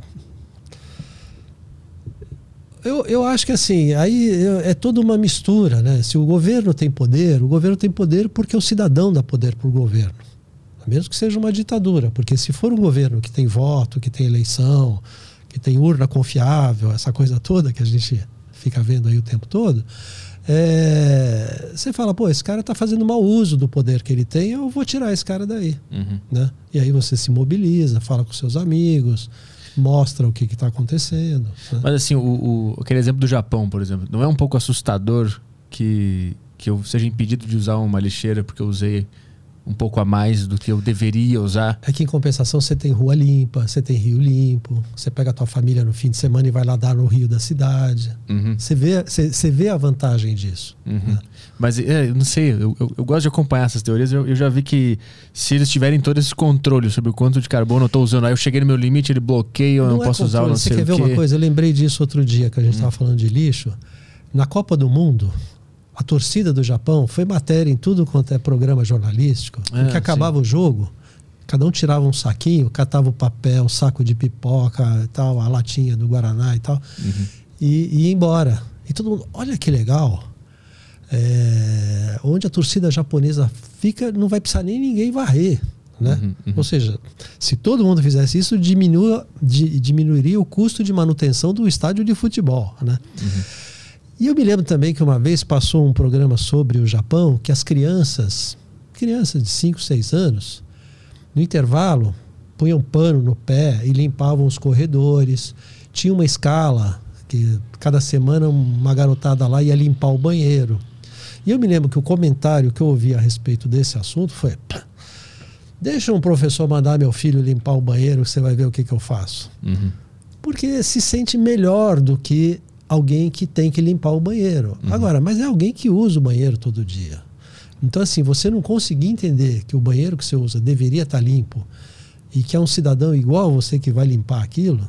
eu acho que assim, aí é toda uma mistura, né? Se o governo tem poder porque o cidadão dá poder para o governo, mesmo que seja uma ditadura, porque se for um governo que tem voto, que tem eleição, que tem urna confiável, essa coisa toda que a gente fica vendo aí o tempo todo, você fala, pô, esse cara está fazendo mau uso do poder que ele tem, eu vou tirar esse cara daí, né? E aí você se mobiliza, fala com seus amigos, mostra o que está acontecendo, né? Mas assim, aquele exemplo do Japão, por exemplo, não é um pouco assustador que eu seja impedido de usar uma lixeira porque eu usei um pouco a mais do que eu deveria usar? É que em compensação você tem rua limpa, você tem rio limpo, você pega a tua família no fim de semana e vai lá dar no rio da cidade. Você vê a vantagem disso. Né? Mas eu não sei, eu gosto de acompanhar essas teorias. Eu já vi que se eles tiverem todo esse controle sobre o quanto de carbono eu estou usando, aí eu cheguei no meu limite, ele bloqueia, eu não posso usar, eu não sei o quê. Você quer ver uma coisa? Eu lembrei disso outro dia que a gente estava falando de lixo. Na Copa do Mundo, a torcida do Japão foi matéria em tudo quanto é programa jornalístico, porque acabava o jogo, cada um tirava um saquinho, catava o papel, o saco de pipoca e tal, a latinha do Guaraná e tal, e ia embora. E todo mundo, olha que legal, onde a torcida japonesa fica, não vai precisar nem ninguém varrer. Né? Ou seja, se todo mundo fizesse isso, diminuiria o custo de manutenção do estádio de futebol. Né? E eu me lembro também que uma vez passou um programa sobre o Japão, que as crianças de 5, 6 anos, no intervalo, punham pano no pé e limpavam os corredores. Tinha uma escala, que cada semana uma garotada lá ia limpar o banheiro. E eu me lembro que o comentário que eu ouvi a respeito desse assunto foi: deixa um professor mandar meu filho limpar o banheiro, você vai ver o que eu faço. Porque se sente melhor do que alguém que tem que limpar o banheiro. Agora, mas é alguém que usa o banheiro todo dia. Então, assim, você não conseguir entender que o banheiro que você usa deveria estar limpo e que é um cidadão igual a você que vai limpar aquilo,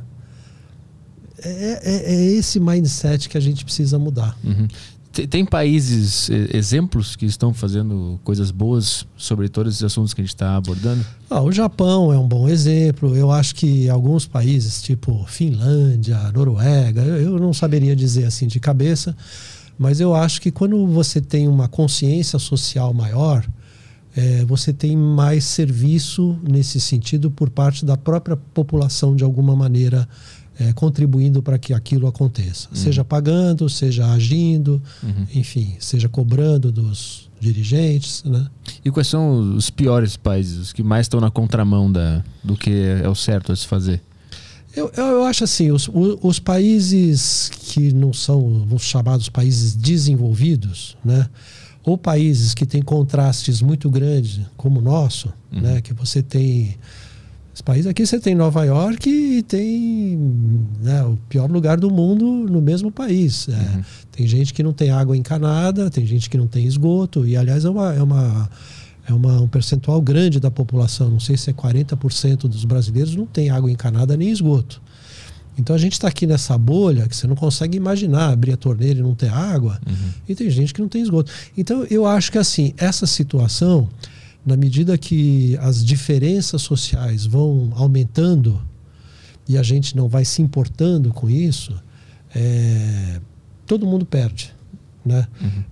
é esse mindset que a gente precisa mudar. Tem países, exemplos que estão fazendo coisas boas sobre todos esses assuntos que a gente está abordando? O Japão é um bom exemplo. Eu acho que alguns países, tipo Finlândia, Noruega, eu não saberia dizer assim de cabeça, mas eu acho que quando você tem uma consciência social maior, você tem mais serviço nesse sentido por parte da própria população, de alguma maneira, contribuindo para que aquilo aconteça. Seja pagando, seja agindo, enfim, seja cobrando dos dirigentes. Né? E quais são os piores países, os que mais estão na contramão do que é o certo a se fazer? Eu acho assim, os países que não são os chamados países desenvolvidos, né? Ou países que têm contrastes muito grandes, como o nosso, né? Que você tem... Esse país aqui você tem Nova York e tem, né, o pior lugar do mundo no mesmo país. Tem gente que não tem água encanada, tem gente que não tem esgoto, e aliás um percentual grande da população, não sei se é 40% dos brasileiros não tem água encanada nem esgoto. Então a gente está aqui nessa bolha que você não consegue imaginar abrir a torneira e não ter água, e tem gente que não tem esgoto. Então eu acho que assim, essa situação, na medida que as diferenças sociais vão aumentando e a gente não vai se importando com isso, todo mundo perde, né?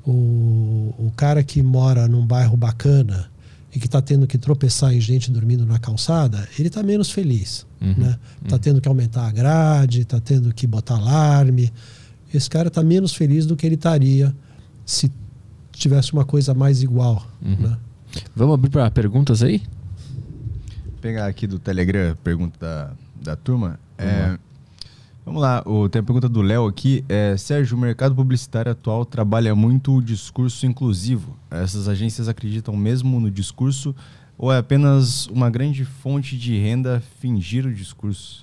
O cara que mora num bairro bacana e que está tendo que tropeçar em gente dormindo na calçada, ele está menos feliz, né? Está tendo que aumentar a grade, está tendo que botar alarme. Esse cara está menos feliz do que ele estaria se tivesse uma coisa mais igual, né? Vamos abrir para perguntas aí? Vou pegar aqui do Telegram, pergunta da turma. Vamos lá, tem a pergunta do Léo aqui. Sérgio, o mercado publicitário atual trabalha muito o discurso inclusivo. Essas agências acreditam mesmo no discurso ou é apenas uma grande fonte de renda fingir o discurso?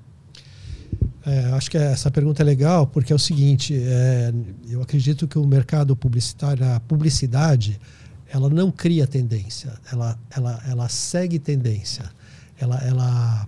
Acho que essa pergunta é legal porque é o seguinte, eu acredito que o mercado publicitário, a publicidade, ela não cria tendência, ela segue tendência, ela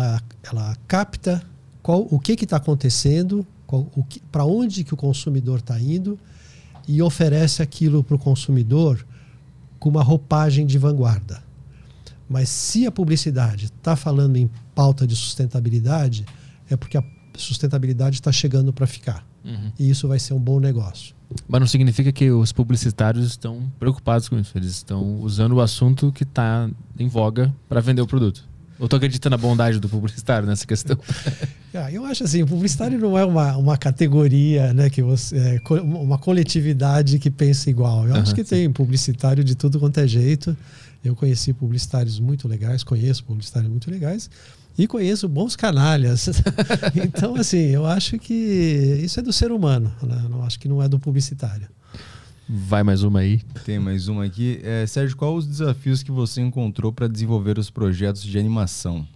capta o que está acontecendo, para onde que o consumidor está indo e oferece aquilo para o consumidor com uma roupagem de vanguarda. Mas se a publicidade está falando em pauta de sustentabilidade, é porque a sustentabilidade está chegando para ficar. E isso vai ser um bom negócio. Mas não significa que os publicitários estão preocupados com isso. Eles estão usando o assunto que está em voga para vender o produto. Eu estou acreditando na bondade do publicitário nessa questão. Eu acho assim, o publicitário não é uma categoria, né, que uma coletividade que pensa igual. Eu acho que tem publicitário de tudo quanto é jeito. Eu conheci publicitários muito legais, conheço publicitários muito legais. E conheço bons canalhas. Então, assim, eu acho que isso é do ser humano, né? Eu acho que não é do publicitário. Vai mais uma aí. Tem mais uma aqui. Sérgio, quais os desafios que você encontrou para desenvolver os projetos de animação?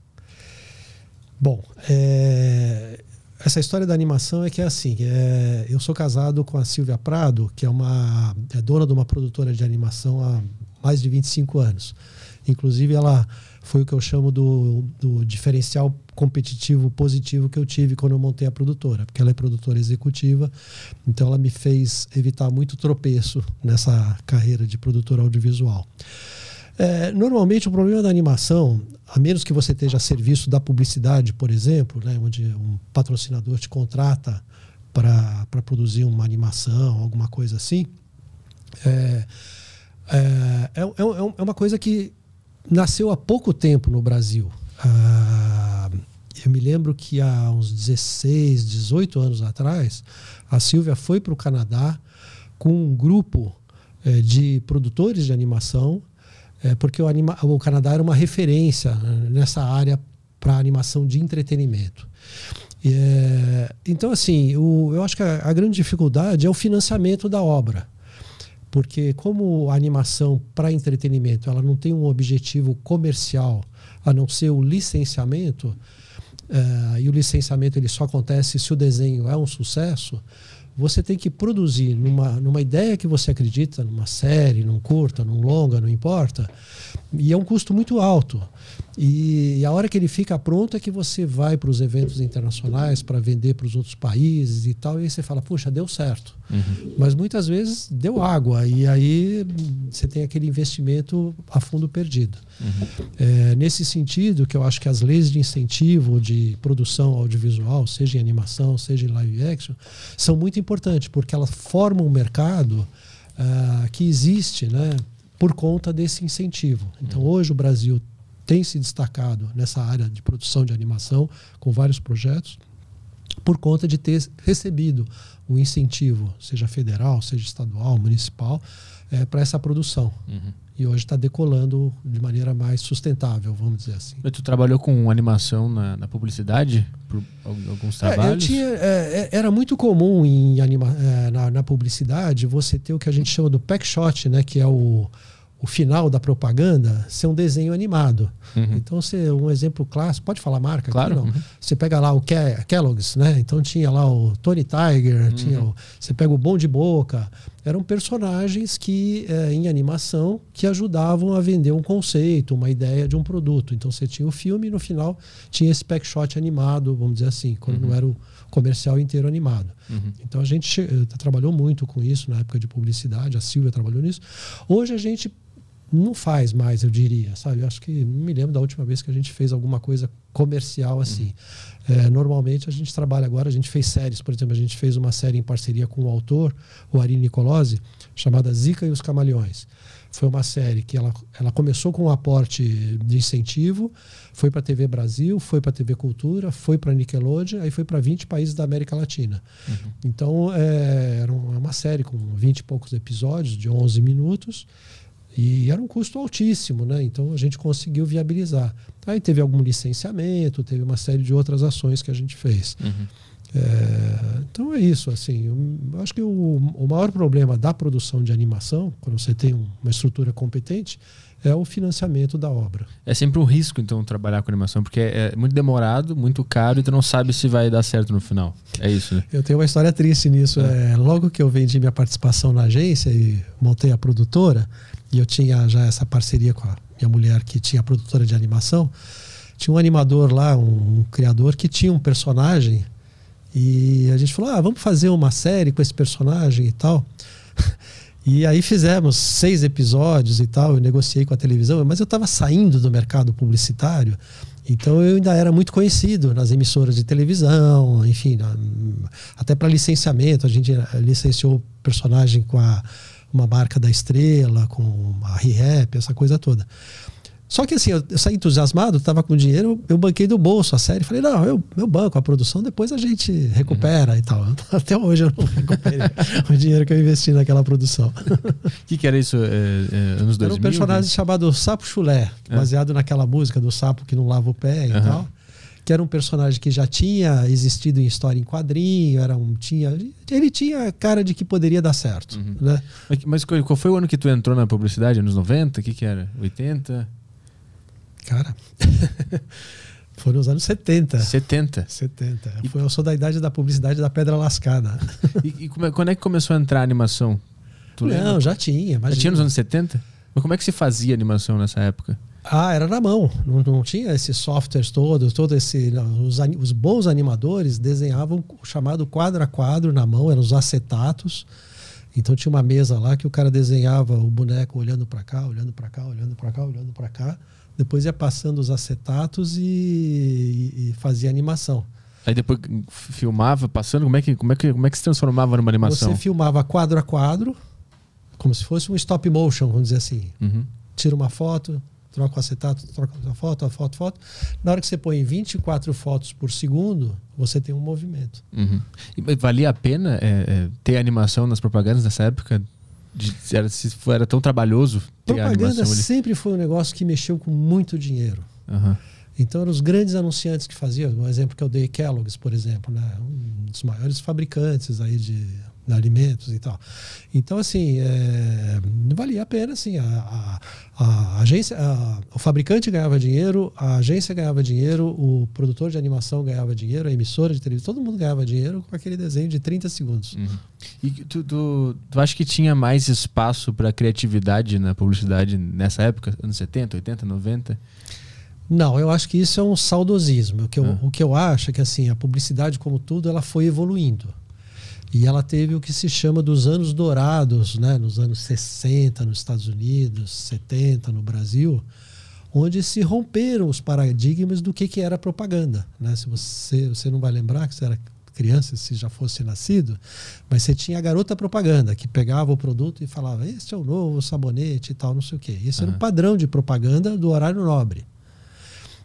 Bom, essa história da animação é que é assim. Eu sou casado com a Silvia Prado, que é dona de uma produtora de animação há mais de 25 anos. Inclusive, ela foi o que eu chamo do diferencial competitivo positivo que eu tive quando eu montei a produtora, porque ela é produtora executiva, então ela me fez evitar muito tropeço nessa carreira de produtora audiovisual. Normalmente o problema da animação, a menos que você esteja a serviço da publicidade, por exemplo, né, onde um patrocinador te contrata para produzir uma animação, alguma coisa assim, é uma coisa que nasceu há pouco tempo no Brasil. Eu me lembro que há uns 16, 18 anos atrás, a Silvia foi para o Canadá com um grupo de produtores de animação, porque o Canadá era uma referência nessa área para animação de entretenimento. Então, assim, eu acho que a grande dificuldade é o financiamento da obra. Porque como a animação para entretenimento ela não tem um objetivo comercial a não ser o licenciamento, e o licenciamento ele só acontece se o desenho é um sucesso, você tem que produzir numa ideia que você acredita, numa série, num curta, num longa, não importa, e é um custo muito alto. E a hora que ele fica pronto é que você vai para os eventos internacionais para vender para os outros países e tal, e aí você fala, puxa, deu certo. Mas muitas vezes deu água, e aí você tem aquele investimento a fundo perdido. Nesse sentido, que eu acho que as leis de incentivo de produção audiovisual, seja em animação, seja em live action, são muito importantes, porque elas formam um mercado que existe, né, por conta desse incentivo. Então, hoje o Brasil tem se destacado nessa área de produção de animação com vários projetos por conta de ter recebido um incentivo, seja federal, seja estadual, municipal, para essa produção. E hoje está decolando de maneira mais sustentável, vamos dizer assim. Mas tu trabalhou com animação na publicidade? Por alguns trabalhos? Era muito comum na publicidade você ter o que a gente chama do pack shot, né? Que é o final da propaganda, ser um desenho animado. Então, um exemplo clássico, pode falar marca? Claro. Aqui, não? Você pega lá o Kellogg's, né? Então tinha lá o Tony Tiger, você pega o Bom de Boca. Eram personagens que, em animação, que ajudavam a vender um conceito, uma ideia de um produto. Então você tinha o filme e no final tinha esse pack shot animado, vamos dizer assim, quando não era o comercial inteiro animado. Então a gente trabalhou muito com isso na época de publicidade, a Silvia trabalhou nisso. Hoje a gente não faz mais, eu diria, sabe? Eu acho que não me lembro da última vez que a gente fez alguma coisa comercial assim. Normalmente a gente trabalha agora, a gente fez séries, por exemplo, a gente fez uma série em parceria com o autor, o Ari Nicolosi, chamada Zica e os Camaleões. Foi uma série que ela começou com um aporte de incentivo, foi para a TV Brasil, foi para a TV Cultura, foi para a Nickelodeon, aí foi para 20 países da América Latina. Então, era uma série com 20 e poucos episódios, de 11 minutos, e era um custo altíssimo, né? Então a gente conseguiu viabilizar. Aí teve algum licenciamento, teve uma série de outras ações que a gente fez. Então é isso, assim. Eu acho que o maior problema da produção de animação, quando você tem uma estrutura competente, é o financiamento da obra. É sempre um risco, então, trabalhar com animação, porque é muito demorado, muito caro, e tu não sabe se vai dar certo no final. É isso, né? Eu tenho uma história triste nisso. Logo que eu vendi minha participação na agência e montei a produtora, e eu tinha já essa parceria com a minha mulher, que tinha a produtora de animação, tinha um animador lá, um criador, que tinha um personagem, e a gente falou, vamos fazer uma série com esse personagem e tal. E aí fizemos 6 episódios e tal, eu negociei com a televisão, mas eu estava saindo do mercado publicitário, então eu ainda era muito conhecido nas emissoras de televisão, enfim, até para licenciamento, a gente licenciou o personagem com uma marca da Estrela, com a ReHap, essa coisa toda. Só que assim, eu saí entusiasmado, estava com dinheiro, eu banquei do bolso a série, falei, não, eu banco a produção, depois a gente recupera e tal. Até hoje eu não recuperei o dinheiro que eu investi naquela produção. O que era isso, anos 2000? Era um personagem chamado Sapo Chulé, baseado naquela música do sapo que não lava o pé e tal. Que era um personagem que já tinha existido em história em quadrinho, ele tinha cara de que poderia dar certo. Né? Mas qual foi o ano que tu entrou na publicidade? Anos 90? O que era? 80? Cara, foram os anos 70. 70? Eu sou da idade da publicidade da Pedra Lascada. E quando é que começou a entrar a animação? Não, já tinha. Imagina. Já tinha nos anos 70? Mas como é que se fazia animação nessa época? Era na mão. Não tinha esses softwares todos. Os bons animadores desenhavam o chamado quadro a quadro na mão, eram os acetatos. Então tinha uma mesa lá que o cara desenhava o boneco olhando para cá, olhando para cá, olhando para cá, olhando para cá. Depois ia passando os acetatos e fazia animação. Aí depois filmava, passando, como é que se transformava numa animação? Você filmava quadro a quadro, como se fosse um stop motion, vamos dizer assim. Tira uma foto, troca o acetato, troca a foto. Na hora que você põe 24 fotos por segundo, você tem um movimento. E valia a pena ter animação nas propagandas nessa época? Era tão trabalhoso ter propaganda sempre foi um negócio que mexeu com muito dinheiro. Então eram os grandes anunciantes que faziam. Um exemplo que eu dei, Kellogg's, por exemplo, né? Um dos maiores fabricantes aí de alimentos e tal. Então assim, valia a pena assim, a agência, o fabricante ganhava dinheiro, a agência ganhava dinheiro, o produtor de animação ganhava dinheiro, a emissora de televisão, todo mundo ganhava dinheiro com aquele desenho de 30 segundos. E tu acha que tinha mais espaço para criatividade na publicidade nessa época, anos 70, 80, 90? Não, eu acho que isso é um saudosismo. O que eu acho é que assim, a publicidade, como tudo, ela foi evoluindo. E ela teve o que se chama dos anos dourados, né? Nos anos 60 nos Estados Unidos, 70 no Brasil, onde se romperam os paradigmas do que era propaganda. Né? Se você não vai lembrar que você era criança, se já fosse nascido, mas você tinha a garota propaganda, que pegava o produto e falava, este é o novo sabonete e tal, não sei o quê. Isso era um padrão de propaganda do horário nobre.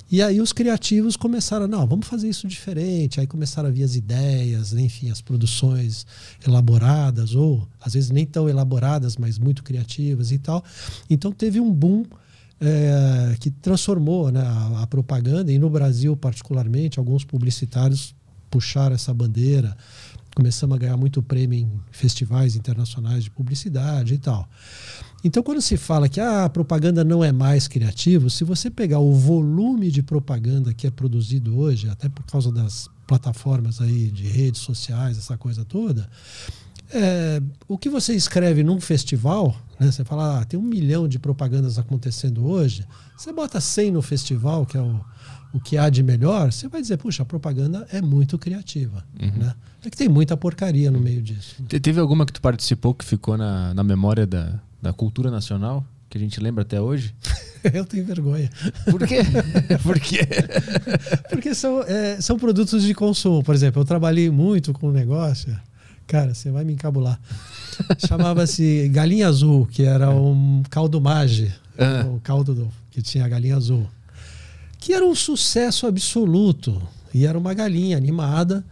E aí os criativos começaram, não, vamos fazer isso diferente. Aí começaram a vir as ideias, enfim, as produções elaboradas, ou às vezes nem tão elaboradas, mas muito criativas e tal. Então teve um boom que transformou, né, a propaganda, e no Brasil particularmente, alguns publicitários puxaram essa bandeira. Começamos a ganhar muito prêmio em festivais internacionais de publicidade e tal. Então, quando se fala que a propaganda não é mais criativa, se você pegar o volume de propaganda que é produzido hoje, até por causa das plataformas aí de redes sociais, essa coisa toda, o que você escreve num festival, né, você fala, tem 1 milhão de propagandas acontecendo hoje, você bota 100 no festival, que é o que há de melhor, você vai dizer, puxa, a propaganda é muito criativa. Né? É que tem muita porcaria no meio disso. Né? Teve alguma que tu participou que ficou na memória da cultura nacional, que a gente lembra até hoje? Eu tenho vergonha. Por quê? Por quê? Porque são produtos de consumo. Por exemplo, eu trabalhei muito com um negócio, cara, você vai me encabular. Chamava-se Galinha Azul, que era um caldo Maggi, o caldo que tinha a galinha azul, que era um sucesso absoluto. E era uma galinha animada,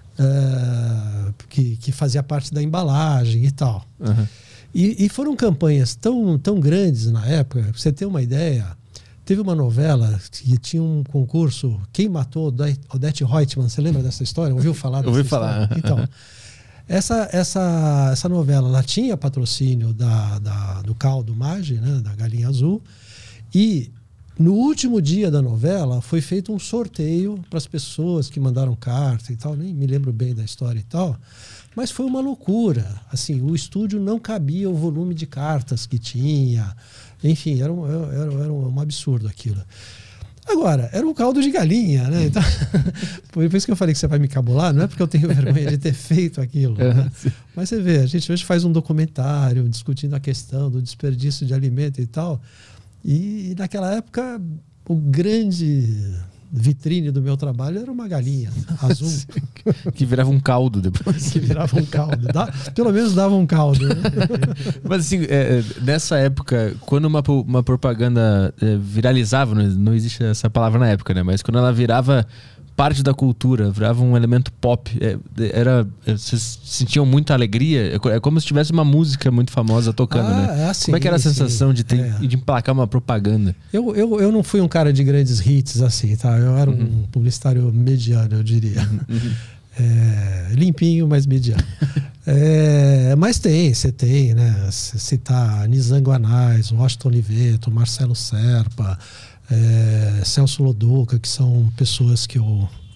que fazia parte da embalagem e tal. E foram campanhas tão grandes na época, pra você ter uma ideia. Teve uma novela que tinha um concurso, Quem Matou Odete Reutemann. Você lembra dessa história? Ouviu falar dessa história? Ouvi falar. Então, essa novela, ela tinha patrocínio do caldo Maggi, né, da galinha azul. E no último dia da novela foi feito um sorteio para as pessoas que mandaram carta e tal. Nem me lembro bem da história e tal. Mas foi uma loucura. Assim, o estúdio não cabia o volume de cartas que tinha. Enfim, era um absurdo aquilo. Agora, era um caldo de galinha, né? Então, por isso que eu falei que você vai me cabular, não é porque eu tenho vergonha de ter feito aquilo. Né? Mas você vê, a gente hoje faz um documentário discutindo a questão do desperdício de alimento e tal. E naquela época, o grande vitrine do meu trabalho era uma galinha azul. Que virava um caldo depois. Que virava um caldo. Pelo menos dava um caldo. Né? Mas assim, nessa época, quando uma propaganda viralizava, não existe essa palavra na época, né? Mas quando ela virava parte da cultura, virava um elemento pop, vocês sentiam muita alegria? É como se tivesse uma música muito famosa tocando, né? Sim, como é que era a sensação de emplacar uma propaganda? Eu não fui um cara de grandes hits assim, tá? Eu era um publicitário mediano, eu diria. Limpinho, mas mediano. Mas você tem, né? Citar Nizango Anais, Washington Oliveto, Marcelo Serpa, Celso Loduca, que são pessoas que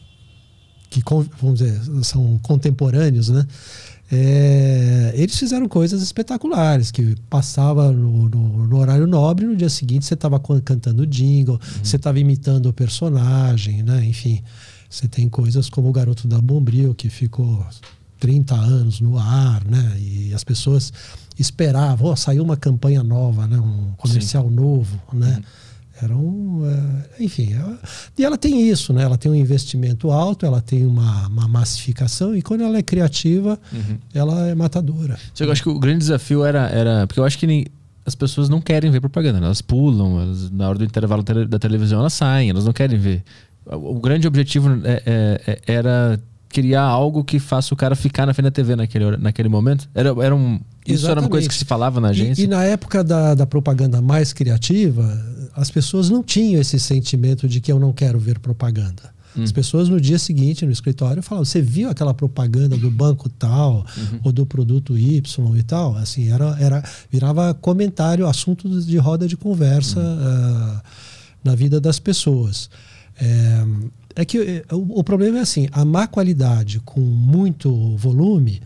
vamos dizer, são contemporâneos, né? Eles fizeram coisas espetaculares, que passava no horário nobre, no dia seguinte você estava cantando jingle, você estava imitando o personagem, né? Enfim, você tem coisas como o Garoto da Bombril, que ficou 30 anos no ar, né? E as pessoas esperavam, saiu uma campanha nova, né? Um comercial novo, né? Enfim, e ela tem isso, né? Ela tem um investimento alto, ela tem uma massificação, e quando ela é criativa, ela é matadora. Eu acho que o grande desafio era porque eu acho que as pessoas não querem ver propaganda, né? Elas pulam, na hora do intervalo da televisão elas saem, elas não querem ver. O grande objetivo era criar algo que faça o cara ficar na frente da TV naquele momento. Isso era uma coisa que se falava na agência. E na época da propaganda mais criativa, as pessoas não tinham esse sentimento de que eu não quero ver propaganda. As pessoas no dia seguinte, no escritório, falavam, você viu aquela propaganda do banco tal, ou do produto Y e tal? Assim, virava comentário, assunto de roda de conversa na vida das pessoas. Que o problema é assim, a má qualidade com muito volume,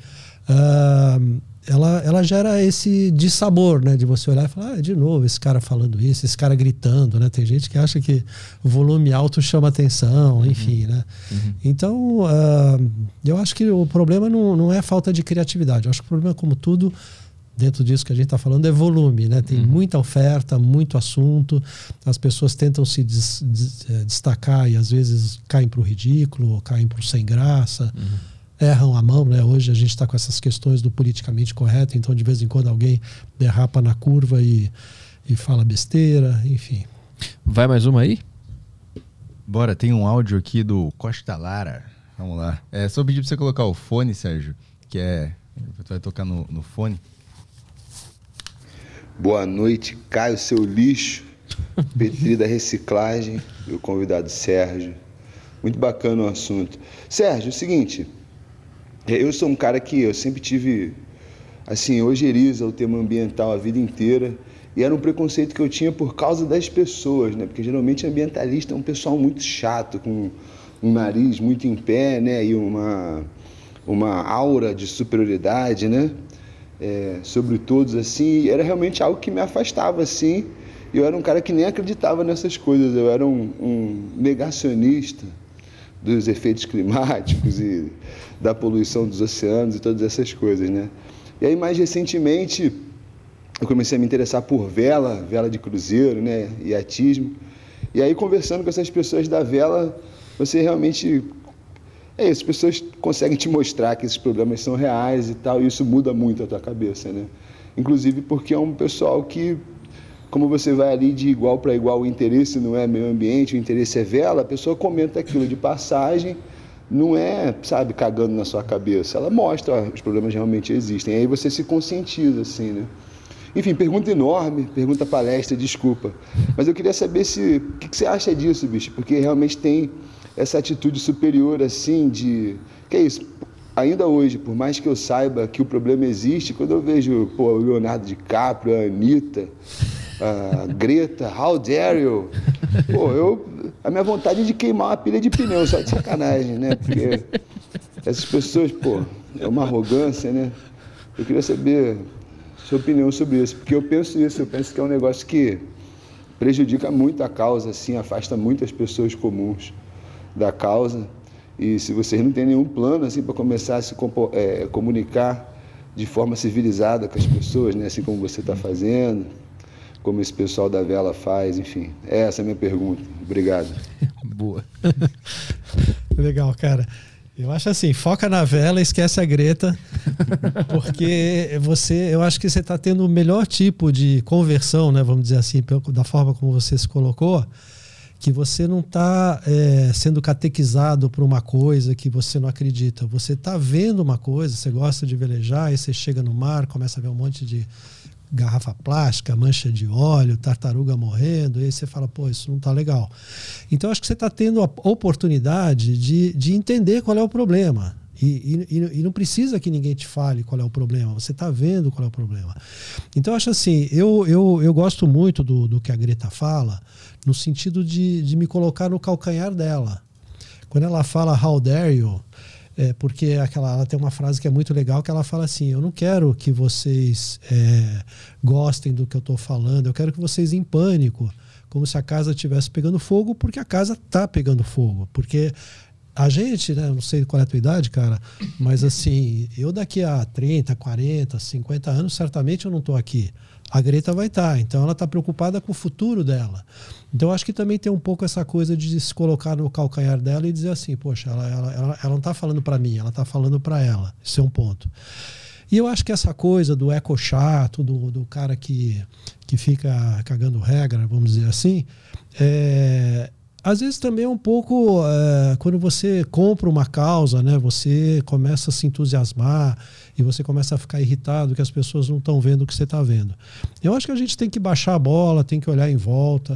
ela gera esse dissabor, né? De você olhar e falar, de novo, esse cara falando isso, esse cara gritando, né? Tem gente que acha que o volume alto chama atenção, enfim, né? Então, eu acho que o problema não é falta de criatividade. Eu acho que o problema, como tudo, dentro disso que a gente está falando, é volume, né? Tem muita oferta, muito assunto, as pessoas tentam se destacar e às vezes caem para o ridículo, ou caem para o sem graça, erram a mão, né? Hoje a gente está com essas questões do politicamente correto, então de vez em quando alguém derrapa na curva e fala besteira, enfim. Vai mais uma aí? Bora, tem um áudio aqui do Costa Lara. Vamos lá. Só pedir pra você colocar o fone, Sérgio, que tu vai tocar no fone. Boa noite, Caio, seu lixo. Petri da Reciclagem e o convidado Sérgio. Muito bacana o assunto. Sérgio, é o seguinte, eu sou um cara que eu sempre tive, assim, ojeriza o tema ambiental a vida inteira, e era um preconceito que eu tinha por causa das pessoas, né? Porque geralmente ambientalista é um pessoal muito chato, com um nariz muito em pé, né? E uma aura de superioridade, né? Sobre todos, assim, era realmente algo que me afastava, assim. Eu era um cara que nem acreditava nessas coisas, eu era um negacionista dos efeitos climáticos e da poluição dos oceanos e todas essas coisas, né? E aí, mais recentemente, eu comecei a me interessar por vela de cruzeiro, né, e atismo. E aí, conversando com essas pessoas da vela, você realmente... as pessoas conseguem te mostrar que esses problemas são reais e tal, e isso muda muito a tua cabeça, né? Inclusive porque é um pessoal que, como você vai ali de igual para igual, o interesse não é meio ambiente, o interesse é vela, a pessoa comenta aquilo de passagem, não é, sabe, cagando na sua cabeça. Ela mostra, os problemas realmente existem. Aí você se conscientiza, assim, né? Enfim, pergunta enorme, pergunta palestra, desculpa. Mas eu queria saber o que você acha disso, bicho? Porque realmente tem essa atitude superior, assim, de... Que é isso? Ainda hoje, por mais que eu saiba que o problema existe, quando eu vejo, o Leonardo DiCaprio, a Anitta, a Greta, how dare you? A minha vontade é de queimar uma pilha de pneu, só de sacanagem, né? Porque essas pessoas, é uma arrogância, né? Eu queria saber sua opinião sobre isso, porque eu penso que é um negócio que prejudica muito a causa, assim, afasta muitas pessoas comuns da causa, e se vocês não têm nenhum plano, assim, para começar a se comunicar de forma civilizada com as pessoas, né? Assim como você está fazendo, como esse pessoal da vela faz, enfim. Essa é a minha pergunta. Obrigado. Boa. Legal, cara. Eu acho assim, foca na vela, esquece a Greta, porque eu acho que você está tendo o melhor tipo de conversão, né, vamos dizer assim, da forma como você se colocou, que você não está sendo catequizado por uma coisa que você não acredita. Você está vendo uma coisa, você gosta de velejar, aí você chega no mar, começa a ver um monte de garrafa plástica, mancha de óleo, tartaruga morrendo, e aí você fala, isso não está legal. Então, acho que você está tendo a oportunidade de entender qual é o problema. E não precisa que ninguém te fale qual é o problema, você está vendo qual é o problema. Então, acho assim, eu gosto muito do que a Greta fala, no sentido de me colocar no calcanhar dela. Quando ela fala how dare you, porque ela tem uma frase que é muito legal, que ela fala assim, eu não quero que vocês gostem do que eu estou falando, eu quero que vocês em pânico, como se a casa estivesse pegando fogo, porque a casa está pegando fogo. Porque a gente, né, não sei qual é a tua idade, cara, mas assim, eu daqui a 30, 40, 50 anos, certamente eu não estou aqui. A Greta vai estar, então ela está preocupada com o futuro dela. Então eu acho que também tem um pouco essa coisa de se colocar no calcanhar dela e dizer assim, poxa, ela não está falando para mim, ela está falando para ela. Isso é um ponto. E eu acho que essa coisa do eco chato, do cara que fica cagando regra, vamos dizer assim, às vezes também é um pouco quando você compra uma causa, né, você começa a se entusiasmar e você começa a ficar irritado que as pessoas não estão vendo o que você está vendo. Eu acho que a gente tem que baixar a bola, tem que olhar em volta.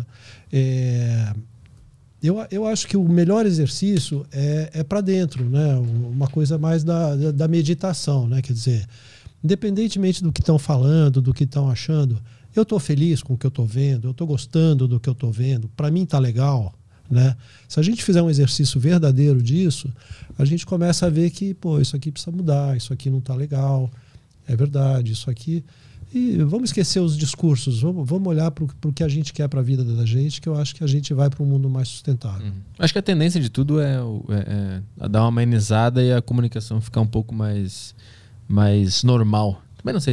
Eu acho que o melhor exercício é para dentro, né? Uma coisa mais da meditação, né? Quer dizer, independentemente do que estão falando, do que estão achando, eu estou feliz com o que eu estou vendo, eu estou gostando do que eu estou vendo, para mim está legal. Né? Se a gente fizer um exercício verdadeiro disso, a gente começa a ver que isso aqui precisa mudar, isso aqui não está legal, é verdade, isso aqui... E vamos esquecer os discursos, vamos olhar para o que a gente quer para a vida da gente, que eu acho que a gente vai para um mundo mais sustentável. Acho que a tendência de tudo é dar uma amenizada e a comunicação ficar um pouco mais normal. Também não sei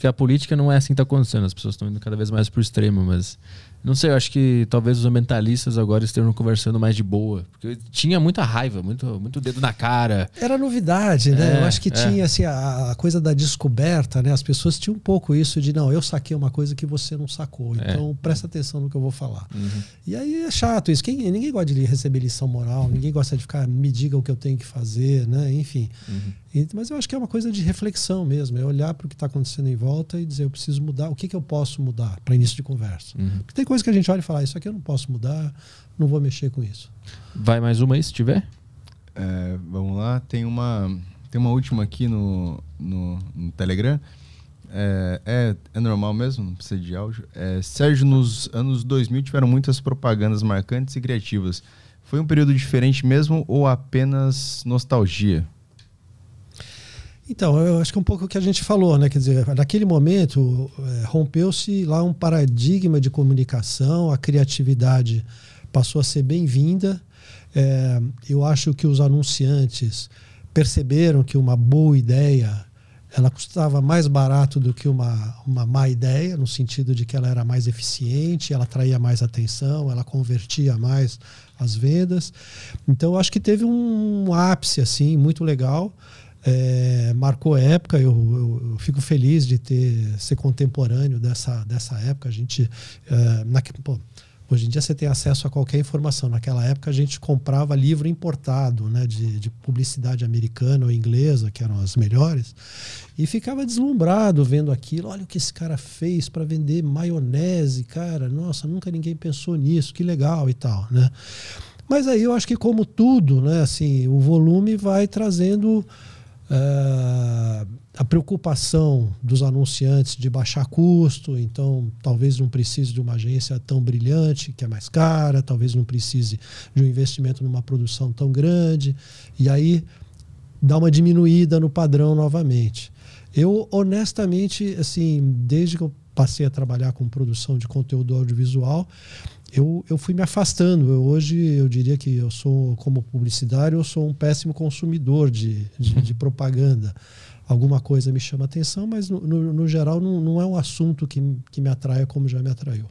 Porque a política não é assim que está acontecendo. As pessoas estão indo cada vez mais pro extremo, mas... Não sei, eu acho que talvez os ambientalistas agora estejam conversando mais de boa. Porque tinha muita raiva, muito dedo na cara. Era novidade, né? Eu acho que tinha assim, a coisa da descoberta, né? As pessoas tinham um pouco isso de, não, eu saquei uma coisa que você não sacou. Então presta atenção no que eu vou falar. E aí é chato isso. Ninguém gosta de receber lição moral, ninguém gosta de ficar, me diga o que eu tenho que fazer, né? Enfim. Mas eu acho que é uma coisa de reflexão mesmo. É olhar para o que está acontecendo em volta e dizer, eu preciso mudar. O que eu posso mudar para início de conversa? Porque tem coisa que a gente olha e fala, isso aqui eu não posso mudar, não vou mexer com isso. Vai mais uma aí, se tiver? Vamos lá, tem uma última aqui no Telegram. É normal mesmo, não precisa de áudio. Sérgio, nos anos 2000 tiveram muitas propagandas marcantes e criativas. Foi um período diferente mesmo ou apenas nostalgia? Então, eu acho que é um pouco o que a gente falou, né? Quer dizer, naquele momento rompeu-se lá um paradigma de comunicação, a criatividade passou a ser bem-vinda. Eu acho que os anunciantes perceberam que uma boa ideia ela custava mais barato do que uma má ideia, no sentido de que ela era mais eficiente, ela atraía mais atenção, ela convertia mais as vendas. Então, eu acho que teve um ápice assim, muito legal. Marcou época, eu fico feliz de ser contemporâneo dessa época. A gente hoje em dia você tem acesso a qualquer informação. Naquela época a gente comprava livro importado, né, de publicidade americana ou inglesa, que eram as melhores, e ficava deslumbrado vendo aquilo. Olha o que esse cara fez para vender maionese, cara, nossa, nunca ninguém pensou nisso, que legal e tal, né? Mas aí eu acho que, como tudo, né, assim, o volume vai trazendo a preocupação dos anunciantes de baixar custo. Então talvez não precise de uma agência tão brilhante, que é mais cara, talvez não precise de um investimento numa produção tão grande, e aí dá uma diminuída no padrão novamente. Eu, honestamente, assim, desde que eu passei a trabalhar com produção de conteúdo audiovisual, eu fui me afastando. Hoje eu diria que eu sou, como publicitário, eu sou um péssimo consumidor de propaganda. Alguma coisa me chama atenção, mas no geral não é um assunto que me atraia como já me atraiu.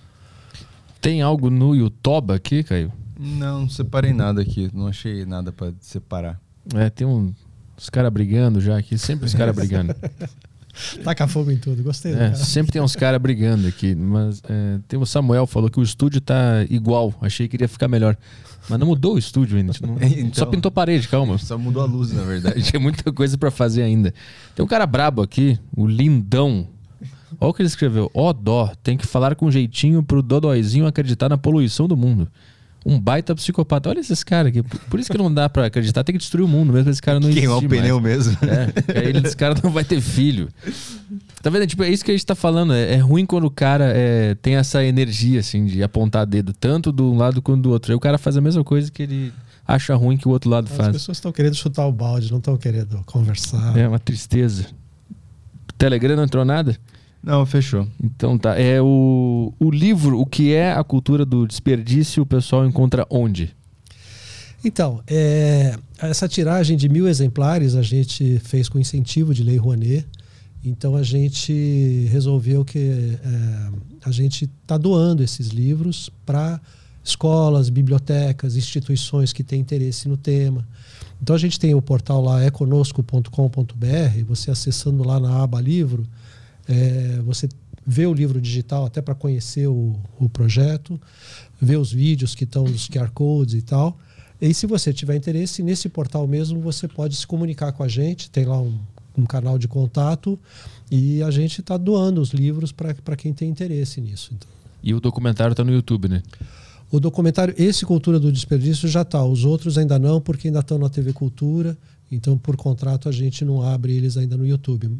Tem algo no YouTube aqui, Caio? Não separei nada aqui, não achei nada para separar. Tem uns caras brigando já aqui, sempre os caras brigando. Taca fogo em tudo, gostei. Sempre tem uns caras brigando aqui, mas tem o Samuel falou que o estúdio tá igual, achei que iria ficar melhor, mas não mudou o estúdio ainda, então, só pintou parede, calma. Só mudou a luz, na verdade. Tinha muita coisa pra fazer ainda. Tem um cara brabo aqui, o Lindão. Olha o que ele escreveu: ó dó, tem que falar com jeitinho pro Dodóizinho acreditar na poluição do mundo. Um baita psicopata. Olha esses caras aqui. Por isso que não dá pra acreditar. Tem que destruir o mundo mesmo. Esse cara não existe mais. Queimar o pneu mesmo. Aí esse cara não vai ter filho. Tá vendo? Tipo, é isso que a gente tá falando. É ruim quando o cara tem essa energia, assim, de apontar dedo, tanto de um lado quanto do outro. Aí o cara faz a mesma coisa que ele acha ruim que o outro lado faz. As pessoas estão querendo chutar o balde, não estão querendo conversar. É uma tristeza. Telegram não entrou nada? Não, fechou. Então tá. O livro, o que é a cultura do desperdício, o pessoal encontra onde? Então, essa tiragem de 1000 exemplares a gente fez com incentivo de Lei Rouanet. Então a gente resolveu que a gente está doando esses livros para escolas, bibliotecas, instituições que têm interesse no tema. Então a gente tem o portal lá econosco.com.br. Você acessando lá na aba livro, você vê o livro digital até para conhecer o projeto, vê os vídeos que estão nos QR Codes e tal. E se você tiver interesse, nesse portal mesmo você pode se comunicar com a gente, tem lá um canal de contato e a gente está doando os livros para quem tem interesse nisso. Então. E o documentário está no YouTube, né? O documentário, esse Cultura do Desperdício já está, os outros ainda não, porque ainda estão na TV Cultura, então por contrato a gente não abre eles ainda no YouTube.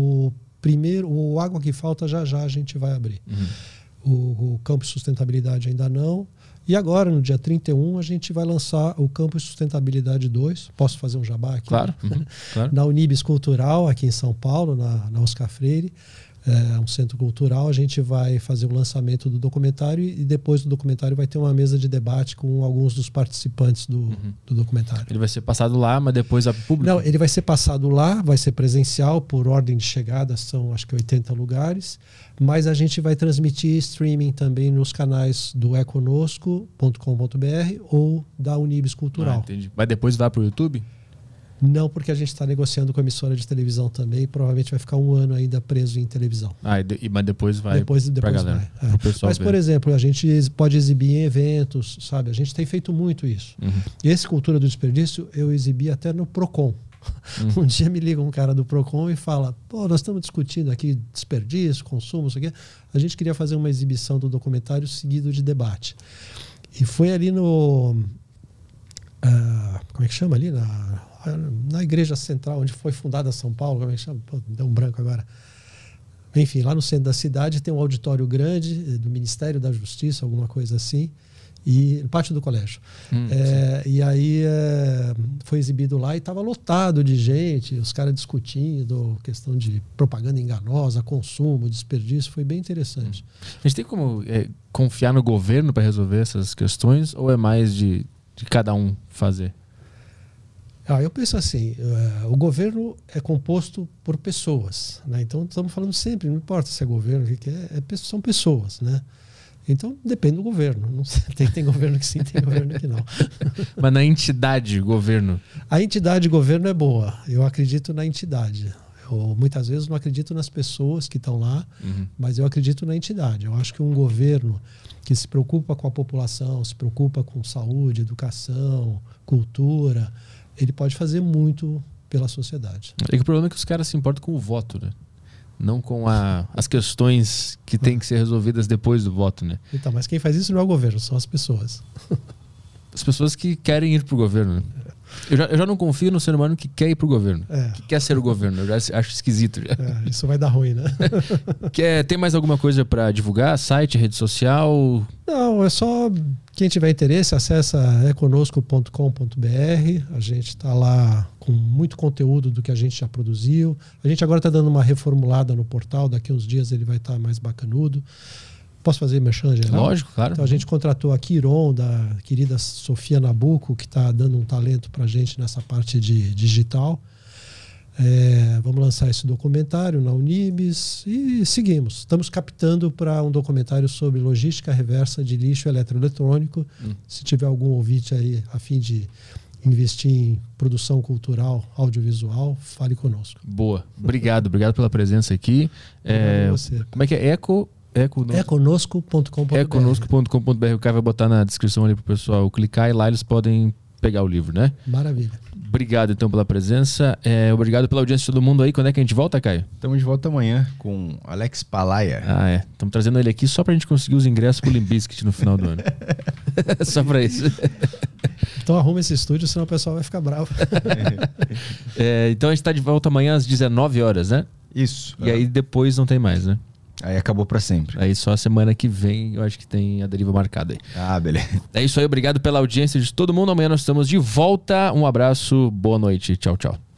O Água que Falta já a gente vai abrir. O Campus Sustentabilidade ainda não. E agora, no dia 31, a gente vai lançar o Campus Sustentabilidade 2. Posso fazer um jabá aqui? Claro. Claro. Na Unibis Cultural, aqui em São Paulo, na Oscar Freire. um centro cultural, a gente vai fazer o lançamento do documentário e depois do documentário vai ter uma mesa de debate com alguns dos participantes do documentário. Ele vai ser passado lá, mas depois a público? Não, ele vai ser passado lá, vai ser presencial, por ordem de chegada, são acho que 80 lugares, mas a gente vai transmitir streaming também nos canais do econosco.com.br ou da Unibis Cultural. Entendi. Mas depois vai para o YouTube? Não, porque a gente está negociando com a emissora de televisão também, provavelmente vai ficar 1 ano ainda preso em televisão. Mas depois vai pra galera, vai. pro pessoal Mas, ver. por exemplo, a gente pode exibir em eventos, sabe? A gente tem feito muito isso. E esse Cultura do Desperdício eu exibi até no Procon. Um dia me liga um cara do Procon e fala: pô, nós estamos discutindo aqui desperdício, consumo, isso aqui. A gente queria fazer uma exibição do documentário seguido de debate. E foi ali no... como é que chama ali? Na igreja central, onde foi fundada São Paulo, como é que chama? Pô, deu um branco agora. Enfim, lá no centro da cidade tem um auditório grande do Ministério da Justiça, alguma coisa assim, e no pátio do colégio. E aí foi exibido lá e estava lotado de gente, os caras discutindo questão de propaganda enganosa, consumo, desperdício, foi bem interessante. A gente tem como confiar no governo para resolver essas questões ou é mais de cada um fazer? Eu penso assim, o governo é composto por pessoas, né? Então estamos falando sempre, não importa se é governo, o que são pessoas, né? Então depende do governo. Não sei, tem governo que sim, tem governo que não. Mas na entidade governo? A entidade governo é boa, eu acredito na entidade. Eu muitas vezes não acredito nas pessoas que estão lá, mas eu acredito na entidade. Eu acho que um governo que se preocupa com a população, se preocupa com saúde, educação, cultura, ele pode fazer muito pela sociedade. É que o problema é que os caras se importam com o voto, né? Não com as questões que têm que ser resolvidas depois do voto, né? Então, mas quem faz isso não é o governo, são as pessoas. As pessoas que querem ir pro governo, né? Eu já não confio no ser humano que quer ir pro governo. Que quer ser o governo. Eu já acho esquisito. Já. Isso vai dar ruim, né? Tem mais alguma coisa para divulgar? Site, rede social? Não, é só... Quem tiver interesse, acessa econosco.com.br. A gente está lá com muito conteúdo do que a gente já produziu. A gente agora está dando uma reformulada no portal. Daqui a uns dias ele vai estar mais bacanudo. Posso fazer merchan geral? Lógico, claro. Então a gente contratou a Quiron, da querida Sofia Nabuco, que está dando um talento para a gente nessa parte de digital. Vamos lançar esse documentário na Unibis e seguimos. Estamos captando para um documentário sobre logística reversa de lixo eletroeletrônico. Se tiver algum ouvinte aí a fim de investir em produção cultural, audiovisual, fale conosco. Boa. Obrigado pela presença aqui. Você. Como é que é? Econosco.com.br. Econosco.com.br. O Caio vai botar na descrição ali pro pessoal clicar e lá eles podem pegar o livro, né? Maravilha. Obrigado então pela presença. Obrigado pela audiência de todo mundo aí. Quando é que a gente volta, Caio? Estamos de volta amanhã com Alex Palaia. Estamos trazendo ele aqui só pra gente conseguir os ingressos pro Limp Bizkit no final do ano. Só pra isso. Então arruma esse estúdio, senão o pessoal vai ficar bravo. Então a gente tá de volta amanhã às 19 horas, né? Isso. E aí depois não tem mais, né? Aí acabou pra sempre. Aí só a semana que vem eu acho que tem a deriva marcada aí. Beleza. É isso aí, obrigado pela audiência de todo mundo. Amanhã nós estamos de volta. Um abraço, boa noite, tchau, tchau.